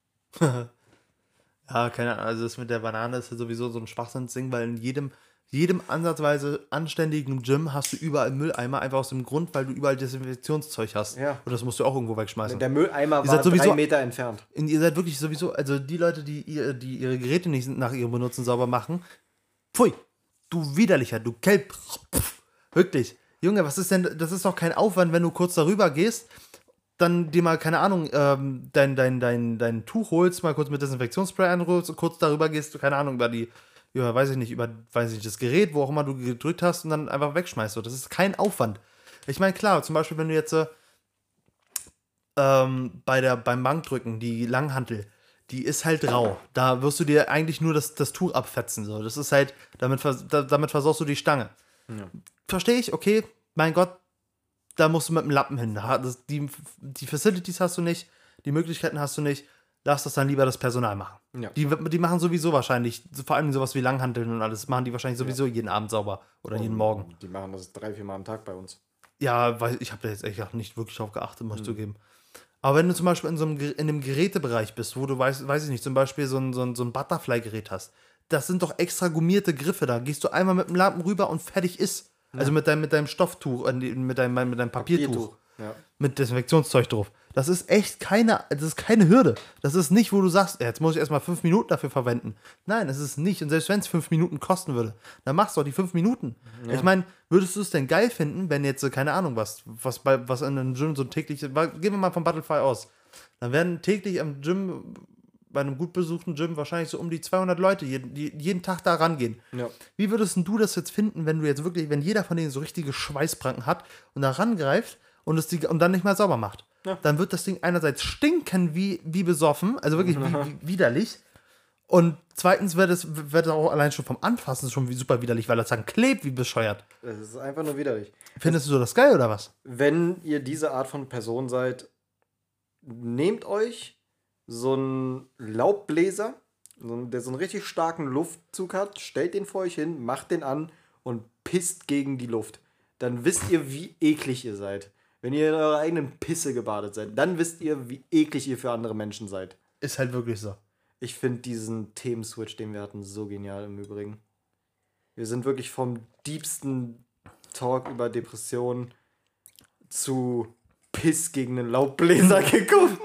Ja, keine Ahnung, also das mit der Banane ist ja sowieso so ein Schwachsinnsding, weil in jedem, jedem ansatzweise anständigen Gym hast du überall Mülleimer, einfach aus dem Grund, weil du überall Desinfektionszeug hast. Ja. Und das musst du auch irgendwo wegschmeißen. Der Mülleimer Ihr war seid sowieso- drei Meter entfernt. Und ihr seid wirklich sowieso, also die Leute, die, ihr, die ihre Geräte nicht nach ihrem Benutzen sauber machen, pfui, du Widerlicher, du Kelb. Pff, wirklich. Junge, was ist denn, das ist doch kein Aufwand, wenn du kurz darüber gehst, dann dir mal, keine Ahnung, ähm, dein, dein, dein, dein Tuch holst, mal kurz mit Desinfektionsspray einrührst und kurz darüber gehst, du, keine Ahnung, über die, über, weiß ich nicht, über, weiß ich nicht, das Gerät, wo auch immer du gedrückt hast und dann einfach wegschmeißt. So. Das ist kein Aufwand. Ich meine, klar, zum Beispiel, wenn du jetzt äh, ähm, bei der, beim Bankdrücken, die Langhantel, die ist halt rau. Da wirst du dir eigentlich nur das, das Tuch abfetzen. So. Das ist halt, damit, vers- da, damit versorgst du die Stange. Ja. Verstehe ich, okay, mein Gott, da musst du mit dem Lappen hin. Da- Das, die, die Facilities hast du nicht, die Möglichkeiten hast du nicht. Lass das dann lieber das Personal machen. Ja. Die, die machen sowieso wahrscheinlich, vor allem sowas wie Langhanteln und alles, machen die wahrscheinlich sowieso jeden Abend sauber oder jeden Morgen. Die machen das drei, vier Mal am Tag bei uns. Ja, weil ich habe da jetzt echt auch nicht wirklich drauf geachtet, muss ich Mhm. zugeben. Aber wenn du zum Beispiel in so einem, Ge- in einem Gerätebereich bist, wo du, weiß, weiß ich nicht, zum Beispiel so ein, so ein, so ein Butterfly-Gerät hast, das sind doch extra gummierte Griffe, da gehst du einmal mit dem Lappen rüber und fertig ist. Also mit deinem, mit deinem Stofftuch, äh, mit deinem, mit deinem Papiertuch. Ja. Mit Desinfektionszeug drauf. Das ist echt keine, das ist keine Hürde. Das ist nicht, wo du sagst, jetzt muss ich erstmal fünf Minuten dafür verwenden. Nein, das ist nicht. Und selbst wenn es fünf Minuten kosten würde, dann machst du auch die fünf Minuten. Ja. Ich meine, würdest du es denn geil finden, wenn jetzt, äh, keine Ahnung, was, was bei, was in einem Gym so täglich, gehen wir mal vom Butterfly aus. Dann werden täglich am Gym, bei einem gut besuchten Gym, wahrscheinlich so um die zweihundert Leute jeden, die jeden Tag da rangehen. Ja. Wie würdest denn du das jetzt finden, wenn du jetzt wirklich, wenn jeder von denen so richtige Schweißpranken hat und da rangreift und, es die, und dann nicht mal sauber macht? Ja. Dann wird das Ding einerseits stinken wie, wie besoffen, also wirklich wie, wie widerlich. Und zweitens wird es wird es auch allein schon vom Anfassen schon wie super widerlich, weil das dann klebt wie bescheuert. Das ist einfach nur widerlich. Findest du so das geil oder was? Wenn ihr diese Art von Person seid, nehmt euch so einen Laubbläser, so einen, der so einen richtig starken Luftzug hat, stellt den vor euch hin, macht den an und pisst gegen die Luft. Dann wisst ihr, wie eklig ihr seid. Wenn ihr in eurer eigenen Pisse gebadet seid, dann wisst ihr, wie eklig ihr für andere Menschen seid. Ist halt wirklich so. Ich finde diesen Themenswitch, den wir hatten, so genial im Übrigen. Wir sind wirklich vom diebsten Talk über Depressionen zu Piss gegen einen Laubbläser gekommen.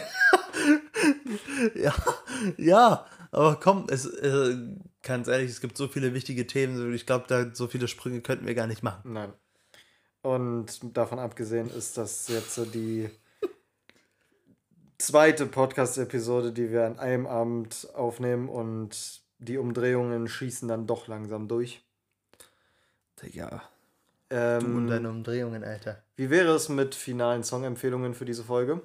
Ja, ja, aber komm, es, äh, ganz ehrlich, es gibt so viele wichtige Themen, ich glaube, da so viele Sprünge könnten wir gar nicht machen. Nein. Und davon abgesehen ist das jetzt so die zweite Podcast-Episode, die wir an einem Abend aufnehmen und die Umdrehungen schießen dann doch langsam durch. Ja, Ähm, du und deine Umdrehungen, Alter. Wie wäre es mit finalen Songempfehlungen für diese Folge?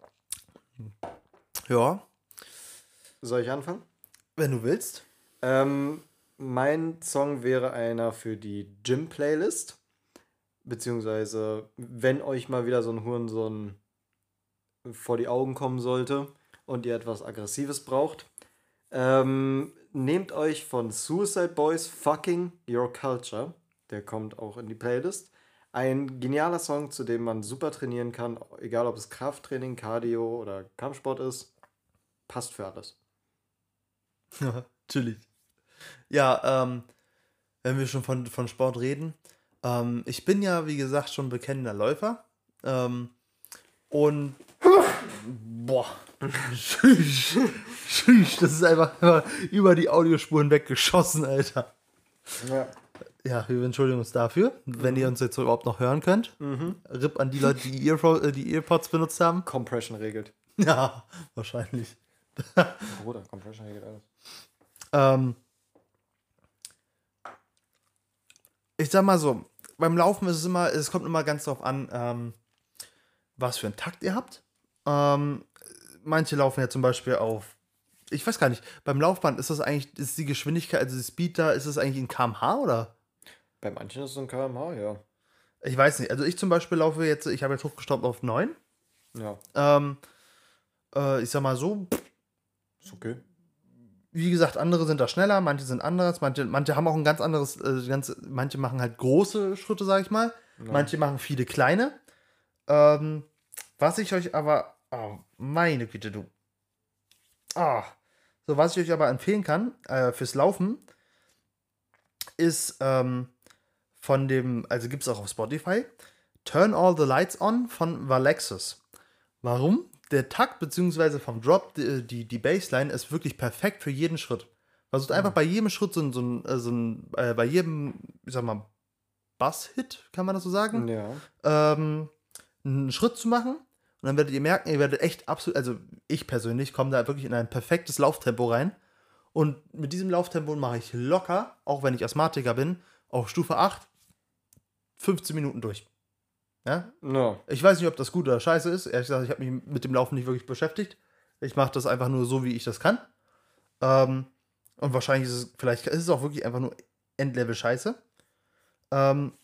Ja, Soll ich anfangen? wenn du willst. Ähm, mein Song wäre einer für die Gym-Playlist. Beziehungsweise, wenn euch mal wieder so ein Hurensohn vor die Augen kommen sollte und ihr etwas Aggressives braucht, ähm, nehmt euch von Suicide Boys Fucking Your Culture. Der kommt auch in die Playlist. Ein genialer Song, zu dem man super trainieren kann, egal ob es Krafttraining, Cardio oder Kampfsport ist. Passt für alles. Natürlich. Ja, ähm, wenn wir schon von, von Sport reden, ähm, ich bin ja, wie gesagt, schon bekennender Läufer. Ähm, und boah, schüch, schüch, das ist einfach, einfach über die Audiospuren weggeschossen, Alter. Ja. Ja, wir entschuldigen uns dafür, wenn ihr uns jetzt überhaupt noch hören könnt. Mhm. R I P an die Leute, die, Earpo äh, die Earpods benutzt haben. Compression regelt. Ja, wahrscheinlich. Bruder, Compression regelt alles. Ähm, ich sag mal so, beim Laufen ist es immer, es kommt immer ganz drauf an, ähm, was für einen Takt ihr habt. Ähm, manche laufen ja zum Beispiel auf, ich weiß gar nicht, beim Laufband ist das eigentlich, ist die Geschwindigkeit, also die Speed da, ist das eigentlich in Kilometer pro Stunde oder? Bei manchen ist es ein Kilometer pro Stunde, ja. Ich weiß nicht, also ich zum Beispiel laufe jetzt, ich habe jetzt hochgestoppt auf neun. Ja. Ähm, äh, ich sag mal so, Ist okay. wie gesagt, andere sind da schneller, manche sind anders, manche, manche haben auch ein ganz anderes, äh, ganz, manche machen halt große Schritte, sag ich mal. Ja. Manche machen viele kleine. Ähm, was ich euch aber, oh, meine Güte, du. Ah, so, was ich euch aber empfehlen kann, äh, fürs Laufen, ist ähm, von dem, also gibt es auch auf Spotify, Turn All the Lights On von Valexis. Warum? Der Takt bzw. vom Drop, die, die, die Bassline ist wirklich perfekt für jeden Schritt. Versucht einfach bei jedem Schritt so ein, so ein, äh, so ein äh, bei jedem, ich sag mal, Bass-Hit, kann man das so sagen, Ja. ähm, einen Schritt zu machen. Und dann werdet ihr merken, ihr werdet echt absolut, also ich persönlich komme da wirklich in ein perfektes Lauftempo rein. Und mit diesem Lauftempo mache ich locker, auch wenn ich Asthmatiker bin, auf Stufe acht, fünfzehn Minuten durch. Ja? Ja. Ich weiß nicht, ob das gut oder scheiße ist. Ehrlich gesagt, ich habe mich mit dem Laufen nicht wirklich beschäftigt. Ich mache das einfach nur so, wie ich das kann. Ähm, und wahrscheinlich ist es, vielleicht ist es auch wirklich einfach nur Endlevel scheiße. Ähm,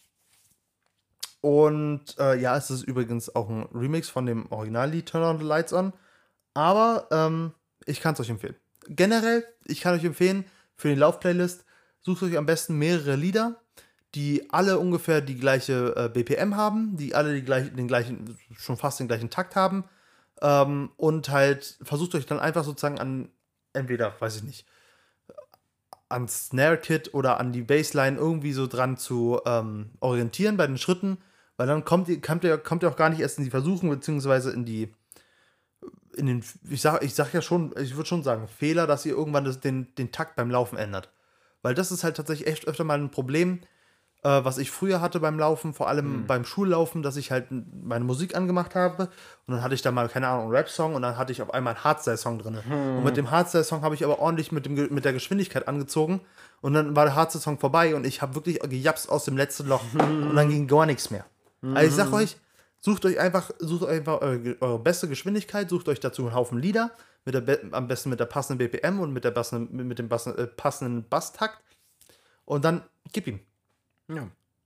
und äh, ja, es ist übrigens auch ein Remix von dem Originallied Turn On the Lights On. Aber ähm, ich kann es euch empfehlen. Generell, ich kann euch empfehlen, für die Laufplaylist, sucht euch am besten mehrere Lieder, die alle ungefähr die gleiche äh, B P M haben, die alle die gleich, den gleichen, schon fast den gleichen Takt haben. Ähm, und halt versucht euch dann einfach sozusagen an, entweder, weiß ich nicht, ans Snare-Kit oder an die Bassline irgendwie so dran zu ähm, orientieren bei den Schritten, weil dann kommt ihr, kommt ihr, kommt ihr auch gar nicht erst in die Versuchung, beziehungsweise in die, in den, ich sag, ich sag ja schon, ich würde schon sagen, Fehler, dass ihr irgendwann das, den, den Takt beim Laufen ändert. Weil das ist halt tatsächlich echt öfter mal ein Problem, äh, was ich früher hatte beim Laufen, vor allem Mhm. beim Schullaufen, dass ich halt meine Musik angemacht habe und dann hatte ich da mal, keine Ahnung, einen Rap-Song und dann hatte ich auf einmal einen Hardstyle-Song drin. Und mit dem Hardstyle-Song habe ich aber ordentlich mit, dem, Ge- mit der Geschwindigkeit angezogen und dann war der Hardstyle-Song vorbei und ich habe wirklich gejapst aus dem letzten Loch und dann ging gar nichts mehr. Also ich sag euch, sucht euch einfach, sucht euch einfach eure, eure beste Geschwindigkeit, sucht euch dazu einen Haufen Lieder, mit der, Be- am besten mit der passenden B P M und mit, der passenden, mit dem Bass, äh, passenden Basstakt und dann gib ihm. Ja.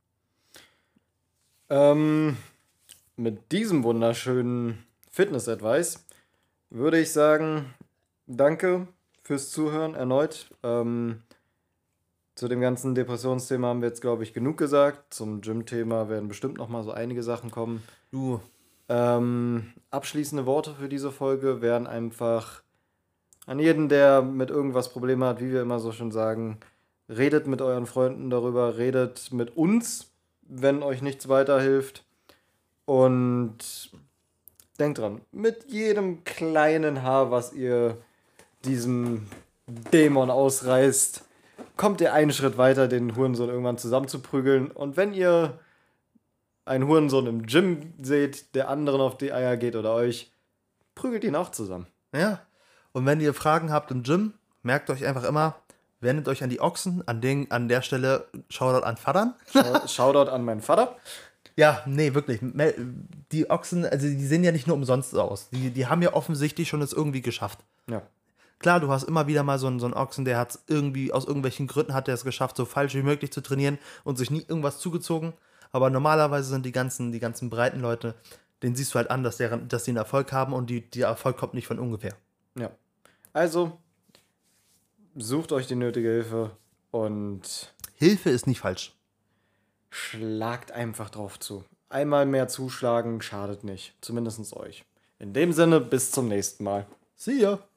Ähm, mit diesem wunderschönen Fitness-Advice würde ich sagen, danke fürs Zuhören erneut. Ähm, zu dem ganzen Depressionsthema haben wir jetzt, glaube ich, genug gesagt. Zum Gym-Thema werden bestimmt noch mal so einige Sachen kommen. Du, Ähm, abschließende Worte für diese Folge wären einfach an jeden, der mit irgendwas Probleme hat, wie wir immer so schön sagen, redet mit euren Freunden darüber, redet mit uns, wenn euch nichts weiterhilft. Und denkt dran, mit jedem kleinen Haar, was ihr diesem Dämon ausreißt, kommt ihr einen Schritt weiter, den Hurensohn irgendwann zusammenzuprügeln. Und wenn ihr einen Hurensohn im Gym seht, der anderen auf die Eier geht oder euch, prügelt ihn auch zusammen. ja. Und wenn ihr Fragen habt im Gym, merkt euch einfach immer, wendet euch an die Ochsen, an, den, an der Stelle Shoutout an Vatern. Schau- Shoutout an meinen Vater. Ja, nee, wirklich. Mel- Die Ochsen, also die sehen ja nicht nur umsonst aus. Die, die haben ja offensichtlich schon es irgendwie geschafft. Ja. Klar, du hast immer wieder mal so einen, so einen Ochsen, der hat irgendwie, aus irgendwelchen Gründen hat er es geschafft, so falsch wie möglich zu trainieren und sich nie irgendwas zugezogen. Aber normalerweise sind die ganzen, die ganzen breiten Leute, denen siehst du halt an, dass, deren, dass die einen Erfolg haben und die, der Erfolg kommt nicht von ungefähr. Ja. Also, sucht euch die nötige Hilfe und Hilfe ist nicht falsch. schlagt einfach drauf zu. Einmal mehr zuschlagen schadet nicht. Zumindest euch. In dem Sinne, bis zum nächsten Mal. See ya.